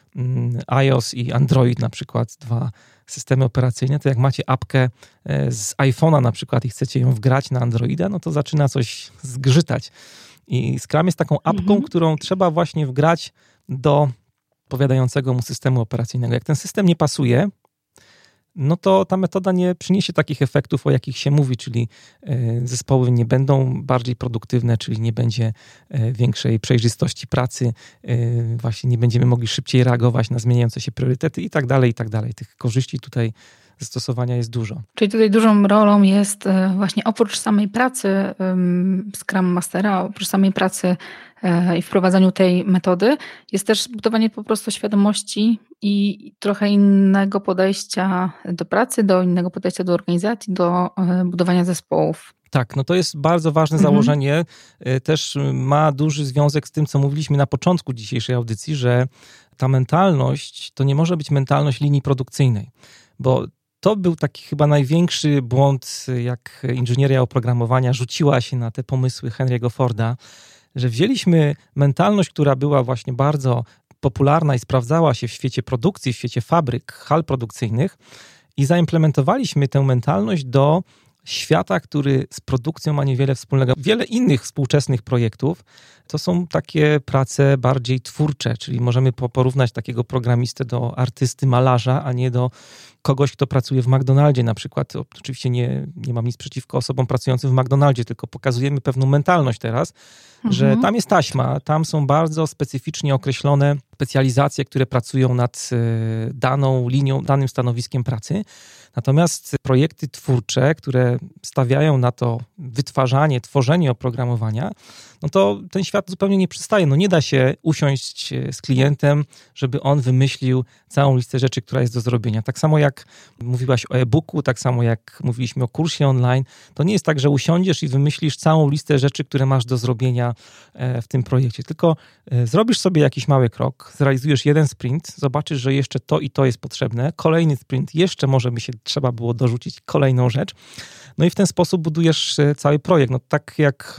iOS i Android na przykład, dwa systemy operacyjne, to jak macie apkę z iPhone'a na przykład i chcecie ją wgrać na Androida, no to zaczyna coś zgrzytać. I Scrum jest taką apką, mhm. którą trzeba właśnie wgrać do odpowiadającego mu systemu operacyjnego. Jak ten system nie pasuje, no to ta metoda nie przyniesie takich efektów, o jakich się mówi, czyli zespoły nie będą bardziej produktywne, czyli nie będzie większej przejrzystości pracy, właśnie nie będziemy mogli szybciej reagować na zmieniające się priorytety i tak dalej, i tak dalej. Tych korzyści tutaj zastosowania jest dużo. Czyli tutaj dużą rolą jest właśnie oprócz samej pracy Scrum Mastera, oprócz samej pracy i wprowadzaniu tej metody, jest też budowanie po prostu świadomości i trochę innego podejścia do pracy, do innego podejścia do organizacji, do budowania zespołów. Tak, no to jest bardzo ważne mhm. założenie. Też ma duży związek z tym, co mówiliśmy na początku dzisiejszej audycji, że ta mentalność to nie może być mentalność linii produkcyjnej, bo to był taki chyba największy błąd, jak inżynieria oprogramowania rzuciła się na te pomysły Henry'ego Forda, że wzięliśmy mentalność, która była właśnie bardzo popularna i sprawdzała się w świecie produkcji, w świecie fabryk, hal produkcyjnych i zaimplementowaliśmy tę mentalność do świata, który z produkcją ma niewiele wspólnego. Wiele innych współczesnych projektów to są takie prace bardziej twórcze, czyli możemy porównać takiego programistę do artysty, malarza, a nie do kogoś, kto pracuje w McDonaldzie na przykład. Oczywiście nie, nie mam nic przeciwko osobom pracującym w McDonaldzie, tylko pokazujemy pewną mentalność teraz, mhm. że tam jest taśma, tam są bardzo specyficznie określone specjalizacje, które pracują nad daną linią, danym stanowiskiem pracy. Natomiast projekty twórcze, które stawiają na to wytwarzanie, tworzenie oprogramowania, no to ten świat zupełnie nie przystaje. No nie da się usiąść z klientem, żeby on wymyślił całą listę rzeczy, która jest do zrobienia. Tak samo jak mówiłaś o e-booku, tak samo jak mówiliśmy o kursie online, to nie jest tak, że usiądziesz i wymyślisz całą listę rzeczy, które masz do zrobienia w tym projekcie, tylko zrobisz sobie jakiś mały krok, zrealizujesz jeden sprint, zobaczysz, że jeszcze to i to jest potrzebne, kolejny sprint jeszcze może by się trzeba było dorzucić kolejną rzecz, no i w ten sposób budujesz cały projekt. No tak jak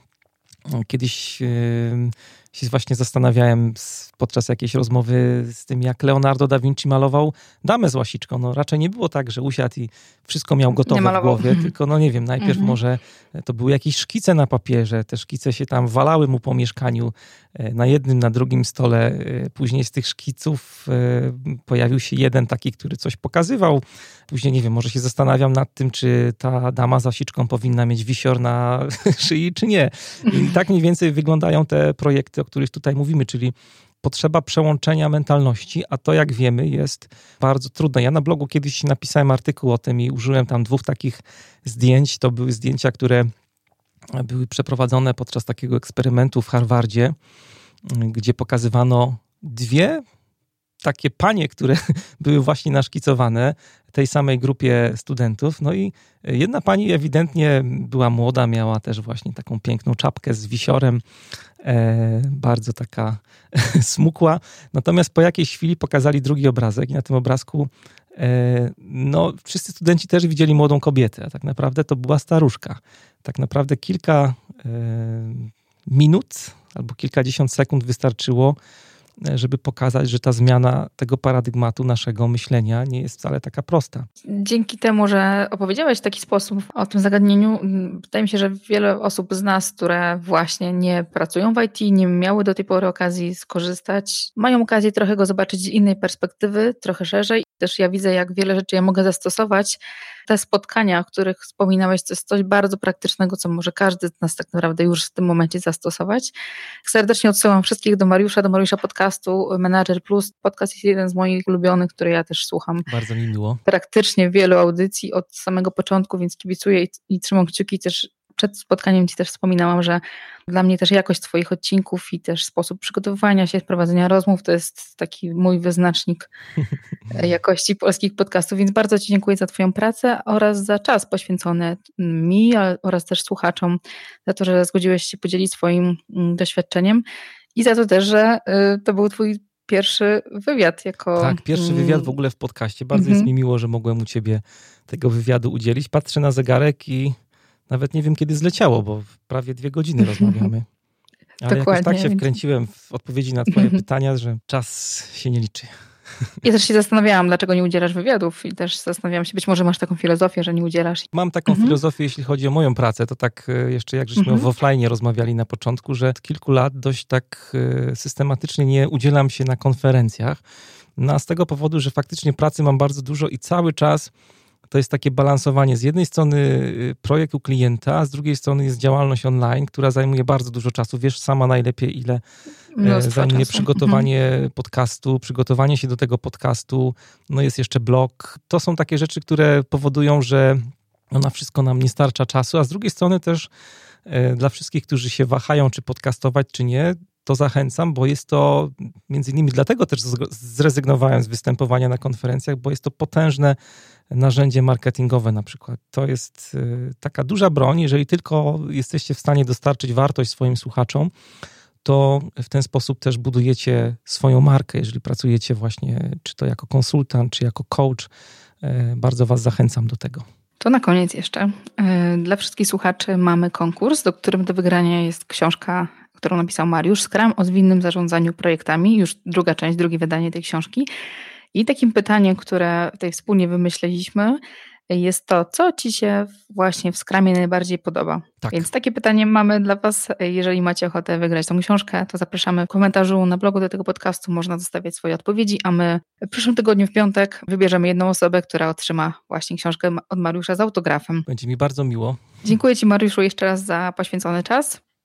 kiedyś się właśnie zastanawiałem podczas jakiejś rozmowy z tym, jak Leonardo da Vinci malował damę z łasiczką. No raczej nie było tak, że usiadł i wszystko miał gotowe w głowie, tylko no nie wiem, najpierw mhm. może to były jakieś szkice na papierze, te szkice się tam walały mu po mieszkaniu na jednym, na drugim stole. Później z tych szkiców pojawił się jeden taki, który coś pokazywał. Później, nie wiem, może się zastanawiam nad tym, czy ta dama z łasiczką powinna mieć wisior na szyi, czy nie. I tak mniej więcej wyglądają te projekty, o których tutaj mówimy, czyli potrzeba przełączenia mentalności, a to, jak wiemy, jest bardzo trudne. Ja na blogu kiedyś napisałem artykuł o tym i użyłem tam dwóch takich zdjęć. To były zdjęcia, które były przeprowadzone podczas takiego eksperymentu w Harvardzie, gdzie pokazywano dwie takie panie, które były właśnie naszkicowane tej samej grupie studentów. No i jedna pani ewidentnie była młoda, miała też właśnie taką piękną czapkę z wisiorem, e, bardzo taka smukła. Natomiast po jakiejś chwili pokazali drugi obrazek i na tym obrazku e, no, wszyscy studenci też widzieli młodą kobietę, a tak naprawdę to była staruszka. Tak naprawdę kilka e, minut albo kilkadziesiąt sekund wystarczyło, żeby pokazać, że ta zmiana tego paradygmatu naszego myślenia nie jest wcale taka prosta. Dzięki temu, że opowiedziałeś w taki sposób o tym zagadnieniu, wydaje mi się, że wiele osób z nas, które właśnie nie pracują w I T, nie miały do tej pory okazji skorzystać, mają okazję trochę go zobaczyć z innej perspektywy, trochę szerzej. Też ja widzę, jak wiele rzeczy ja mogę zastosować. Te spotkania, o których wspominałeś, to jest coś bardzo praktycznego, co może każdy z nas tak naprawdę już w tym momencie zastosować. Serdecznie odsyłam wszystkich do Mariusza, do Mariusza podcastu Menadżer Plus. Podcast jest jeden z moich ulubionych, który ja też słucham. Bardzo mi miło. Praktycznie wielu audycji od samego początku, więc kibicuję i, i trzymam kciuki też. Przed spotkaniem Ci też wspominałam, że dla mnie też jakość Twoich odcinków i też sposób przygotowywania się, prowadzenia rozmów to jest taki mój wyznacznik jakości polskich podcastów, więc bardzo Ci dziękuję za Twoją pracę oraz za czas poświęcony mi oraz też słuchaczom, za to, że zgodziłeś się podzielić swoim doświadczeniem i za to też, że to był Twój pierwszy wywiad jako... Tak, pierwszy wywiad w ogóle w podcaście. Bardzo mm-hmm. jest mi miło, że mogłem u Ciebie tego wywiadu udzielić. Patrzę na zegarek i nawet nie wiem, kiedy zleciało, bo prawie dwie godziny rozmawiamy. Ale Dokładnie. jakoś tak się wkręciłem w odpowiedzi na Twoje pytania, że czas się nie liczy. Ja też się zastanawiałam, dlaczego nie udzielasz wywiadów i też zastanawiałam się, być może masz taką filozofię, że nie udzielasz. Mam taką mhm. filozofię, jeśli chodzi o moją pracę, to tak jeszcze jak żeśmy mhm. w offline rozmawiali na początku, że od kilku lat dość tak systematycznie nie udzielam się na konferencjach. No a z tego powodu, że faktycznie pracy mam bardzo dużo i cały czas to jest takie balansowanie. Z jednej strony projekt u klienta, a z drugiej strony jest działalność online, która zajmuje bardzo dużo czasu. Wiesz sama najlepiej, ile Mnóstwo zajmuje czasu. Przygotowanie mhm. podcastu, przygotowanie się do tego podcastu. No jest jeszcze blog. To są takie rzeczy, które powodują, że no na wszystko nam nie starcza czasu, a z drugiej strony też e, dla wszystkich, którzy się wahają, czy podcastować, czy nie, to zachęcam, bo jest to, między innymi dlatego też zrezygnowałem z występowania na konferencjach, bo jest to potężne narzędzie marketingowe na przykład. To jest taka duża broń, jeżeli tylko jesteście w stanie dostarczyć wartość swoim słuchaczom, to w ten sposób też budujecie swoją markę, jeżeli pracujecie właśnie, czy to jako konsultant, czy jako coach. Bardzo Was zachęcam do tego. To na koniec jeszcze. Dla wszystkich słuchaczy mamy konkurs, do którym do wygrania jest książka, którą napisał Mariusz, Scrum o zwinnym zarządzaniu projektami. Już druga część, drugie wydanie tej książki. I takim pytaniem, które tutaj wspólnie wymyśliliśmy, jest to, co Ci się właśnie w Scrumie najbardziej podoba. Tak. Więc takie pytanie mamy dla Was. Jeżeli macie ochotę wygrać tą książkę, to zapraszamy w komentarzu na blogu do tego podcastu. Można zostawiać swoje odpowiedzi, a my w przyszłym tygodniu w piątek wybierzemy jedną osobę, która otrzyma właśnie książkę od Mariusza z autografem. Będzie mi bardzo miło. Dziękuję Ci, Mariuszu, jeszcze raz za poświęcony czas.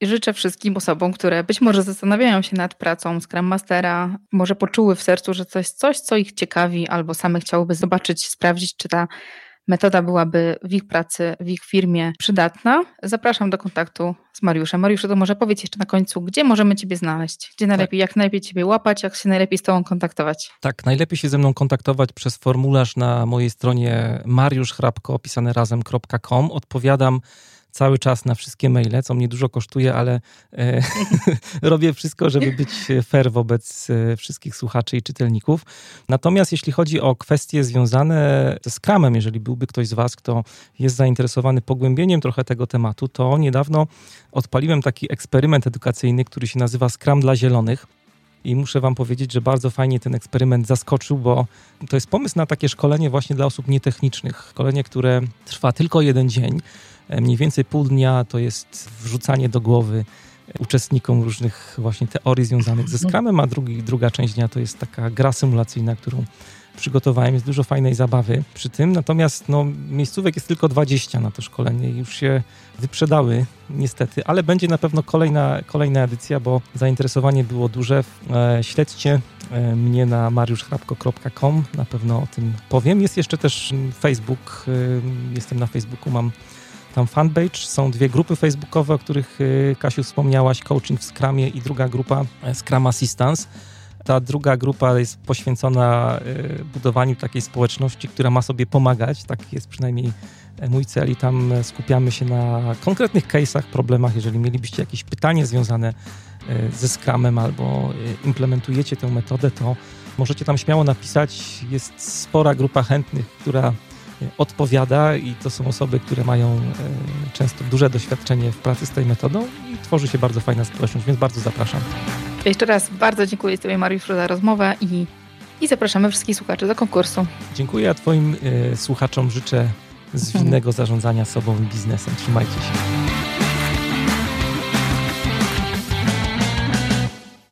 I życzę wszystkim osobom, które być może zastanawiają się nad pracą Scrum Mastera, może poczuły w sercu, że to jest coś, co ich ciekawi, albo same chciałyby zobaczyć, sprawdzić, czy ta metoda byłaby w ich pracy, w ich firmie przydatna. Zapraszam do kontaktu z Mariuszem. Mariuszu, to może powiedz jeszcze na końcu, gdzie możemy Ciebie znaleźć? Gdzie najlepiej, tak. jak najlepiej Ciebie łapać, jak się najlepiej z Tobą kontaktować? Tak, najlepiej się ze mną kontaktować przez formularz na mojej stronie mariuszchrapko, pisane razem, kropka com. Odpowiadam cały czas na wszystkie maile, co mnie dużo kosztuje, ale e, robię wszystko, żeby być fair wobec wszystkich słuchaczy i czytelników. Natomiast jeśli chodzi o kwestie związane ze Scrumem, jeżeli byłby ktoś z Was, kto jest zainteresowany pogłębieniem trochę tego tematu, to niedawno odpaliłem taki eksperyment edukacyjny, który się nazywa Scrum dla Zielonych. I muszę Wam powiedzieć, że bardzo fajnie ten eksperyment zaskoczył, bo to jest pomysł na takie szkolenie właśnie dla osób nietechnicznych. Szkolenie, które trwa tylko jeden dzień. Mniej więcej pół dnia to jest wrzucanie do głowy uczestnikom różnych właśnie teorii związanych ze Scrumem, a drugi, druga część dnia to jest taka gra symulacyjna, którą przygotowałem. Jest dużo fajnej zabawy przy tym, natomiast no, miejscówek jest tylko dwadzieścia na to szkolenie i już się wyprzedały niestety, ale będzie na pewno kolejna, kolejna edycja, bo zainteresowanie było duże. E, śledźcie e, mnie na mariuszchrapko kropka com, na pewno o tym powiem. Jest jeszcze też Facebook, e, jestem na Facebooku, mam tam fanpage, są dwie grupy facebookowe, o których e, Kasiu wspomniałaś, Coaching w Scrumie i druga grupa e, Scrum Assistance. Ta druga grupa jest poświęcona budowaniu takiej społeczności, która ma sobie pomagać. Tak jest przynajmniej mój cel i tam skupiamy się na konkretnych case'ach, problemach. Jeżeli mielibyście jakieś pytanie związane ze Scrumem albo implementujecie tę metodę, to możecie tam śmiało napisać. Jest spora grupa chętnych, która odpowiada i to są osoby, które mają często duże doświadczenie w pracy z tą metodą i tworzy się bardzo fajna społeczność, więc bardzo zapraszam. Jeszcze raz bardzo dziękuję Tobie, Mariuszu, za rozmowę i, i zapraszamy wszystkich słuchaczy do konkursu. Dziękuję, a Twoim y, słuchaczom życzę zwinnego zarządzania sobą i biznesem. Trzymajcie się.